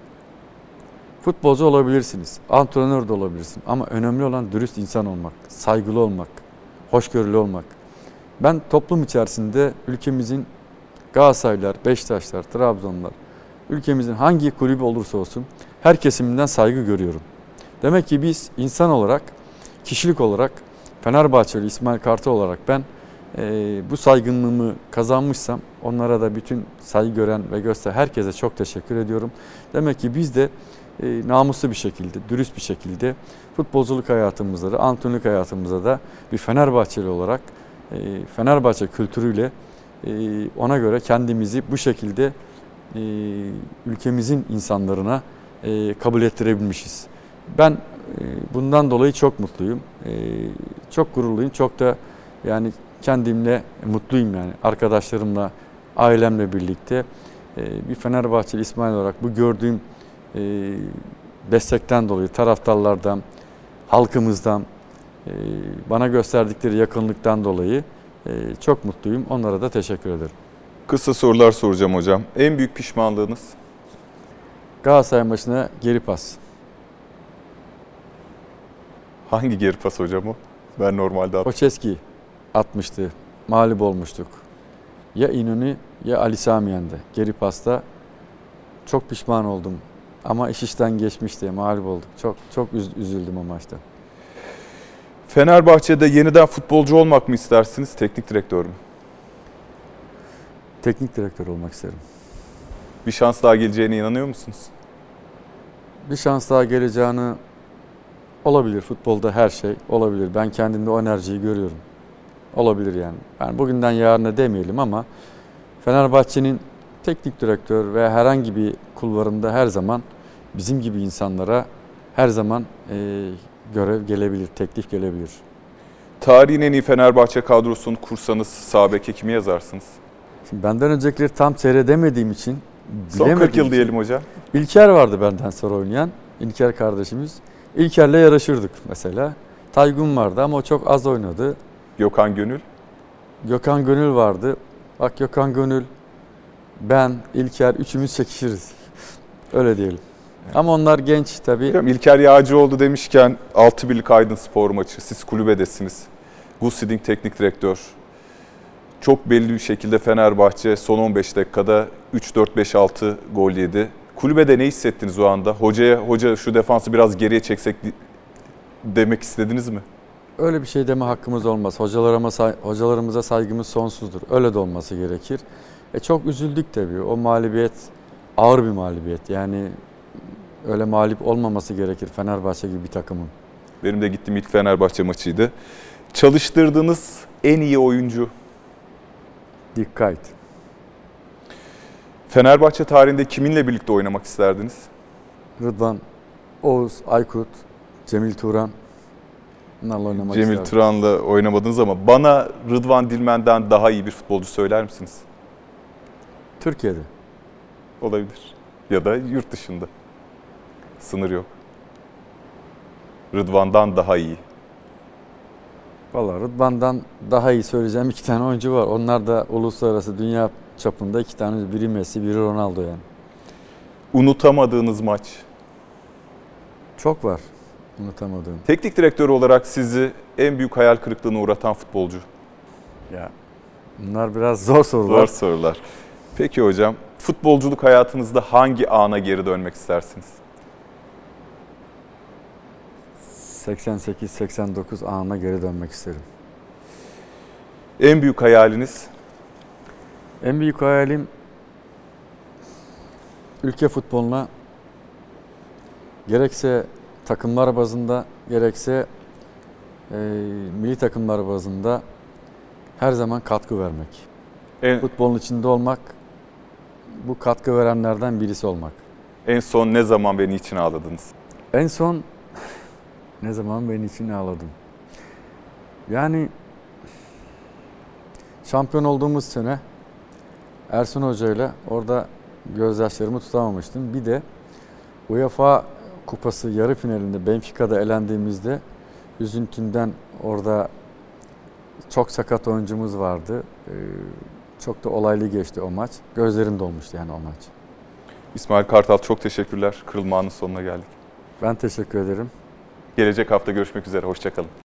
futbolcu olabilirsiniz, antrenör de olabilirsin ama önemli olan dürüst insan olmak, saygılı olmak, hoşgörülü olmak. Ben toplum içerisinde ülkemizin Galatasaraylılar, Beşiktaşlar, Trabzonlar, ülkemizin hangi kulübü olursa olsun her kesiminden saygı görüyorum. Demek ki biz insan olarak, kişilik olarak, Fenerbahçeli İsmail Kartal olarak ben e, bu saygınlığımı kazanmışsam onlara da bütün saygı gören ve gösteren herkese çok teşekkür ediyorum. Demek ki biz de e, namuslu bir şekilde, dürüst bir şekilde futbolculuk hayatımızda da, antrenörlük hayatımızda da bir Fenerbahçeli olarak e, Fenerbahçe kültürüyle e, ona göre kendimizi bu şekilde e, ülkemizin insanlarına e, kabul ettirebilmişiz. Ben e, bundan dolayı çok mutluyum. E, çok gururluyum. Çok da yani kendimle mutluyum yani. Arkadaşlarımla, ailemle birlikte e, bir Fenerbahçeli İsmail olarak bu gördüğüm e, destekten dolayı, taraftarlardan, halkımızdan, e, bana gösterdikleri yakınlıktan dolayı e, çok mutluyum. Onlara da teşekkür ederim. Kısa sorular soracağım hocam. En büyük pişmanlığınız? Galatasaray maçına geri pas. Hangi geri pas hocam o? Ben normalde at- Koçeski atmıştı. Mağlup olmuştuk. Ya İnönü ya Ali Samiyen'de. Geri pasta çok pişman oldum. Ama iş işten geçmişti. Mağlup olduk. Çok çok üz- üzüldüm o maçta. Fenerbahçe'de yeniden futbolcu olmak mı istersiniz, teknik direktör mü? Teknik direktör olmak isterim. Bir şans daha geleceğine inanıyor musunuz? Bir şans daha geleceğini olabilir. Futbolda her şey olabilir. Ben kendimde o enerjiyi görüyorum. Olabilir yani. Yani bugünden yarına demeyelim ama Fenerbahçe'nin teknik direktör ve herhangi bir kulvarında her zaman bizim gibi insanlara her zaman e, görev gelebilir, teklif gelebilir. Tarihin en iyi Fenerbahçe kadrosunu kursanız sağ beke kimi yazarsınız? Şimdi benden öncekileri tam seyredemediğim için, Son kırk bilemediğim yıl için- diyelim hocam. İlker vardı benden sonra oynayan. İlker kardeşimiz. İlker'le yarışırdık mesela. Taygun vardı ama o çok az oynadı. Gökhan Gönül. Gökhan Gönül vardı. Bak Gökhan Gönül, ben, İlker üçümüz çekişiriz. Öyle diyelim. Ama onlar genç tabii. Hocam İlker Yağcıoğlu demişken altı birlik Aydınspor maçı. Siz kulübedesiniz. Gus Hiddink teknik direktör. Çok belli bir şekilde Fenerbahçe son on beş dakikada üç dört beş altı gol yedi. Kulübede ne hissettiniz o anda? Hocaya hoca şu defansı biraz geriye çeksek demek istediniz mi? Öyle bir şey deme hakkımız olmaz. Hocalarıma, say- hocalarımıza saygımız sonsuzdur. Öyle de olması gerekir. E çok üzüldük tabii. O mağlubiyet ağır bir mağlubiyet. Yani öyle mağlup olmaması gerekir Fenerbahçe gibi bir takımın. Benim de gittiğim ilk Fenerbahçe maçıydı. Çalıştırdığınız en iyi oyuncu? Dikkat. Fenerbahçe tarihinde kiminle birlikte oynamak isterdiniz? Rıdvan, Oğuz, Aykut, Cemil Turan. Bunlarla oynamak Cemil isterdim. Turan'la oynamadınız ama bana Rıdvan Dilmen'den daha iyi bir futbolcu söyler misiniz? Türkiye'de. Olabilir. Ya da yurt dışında. Sınır yok. Rıdvan'dan daha iyi. Vallahi Rıdvan'dan daha iyi söyleyeceğim iki tane oyuncu var. Onlar da uluslararası dünya çapında iki tane. Biri Messi, biri Ronaldo yani. Unutamadığınız maç? Çok var unutamadığım. Teknik direktör olarak sizi en büyük hayal kırıklığına uğratan futbolcu? Ya bunlar biraz zor sorular. Zor sorular. Peki hocam, futbolculuk hayatınızda hangi ana geri dönmek istersiniz? seksen sekiz seksen dokuz anına geri dönmek isterim. En büyük hayaliniz? En büyük hayalim ülke futboluna gerekse takımlar bazında gerekse e, milli takımlar bazında her zaman katkı vermek. En, Futbolun içinde olmak, bu katkı verenlerden birisi olmak. en son ne zaman beni için ağladınız? En son ne zaman beni için ağladım? Yani şampiyon olduğumuz sene Ersun Hoca ile orada gözyaşlarımı tutamamıştım. Bir de UEFA Kupası yarı finalinde Benfica'da elendiğimizde üzüntümden orada çok sakat oyuncumuz vardı. Ee, çok da olaylı geçti o maç. Gözlerim dolmuştu yani o maç. İsmail Kartal çok teşekkürler. Kırılma anının sonuna geldik. Ben teşekkür ederim. Gelecek hafta görüşmek üzere. Hoşça kalın.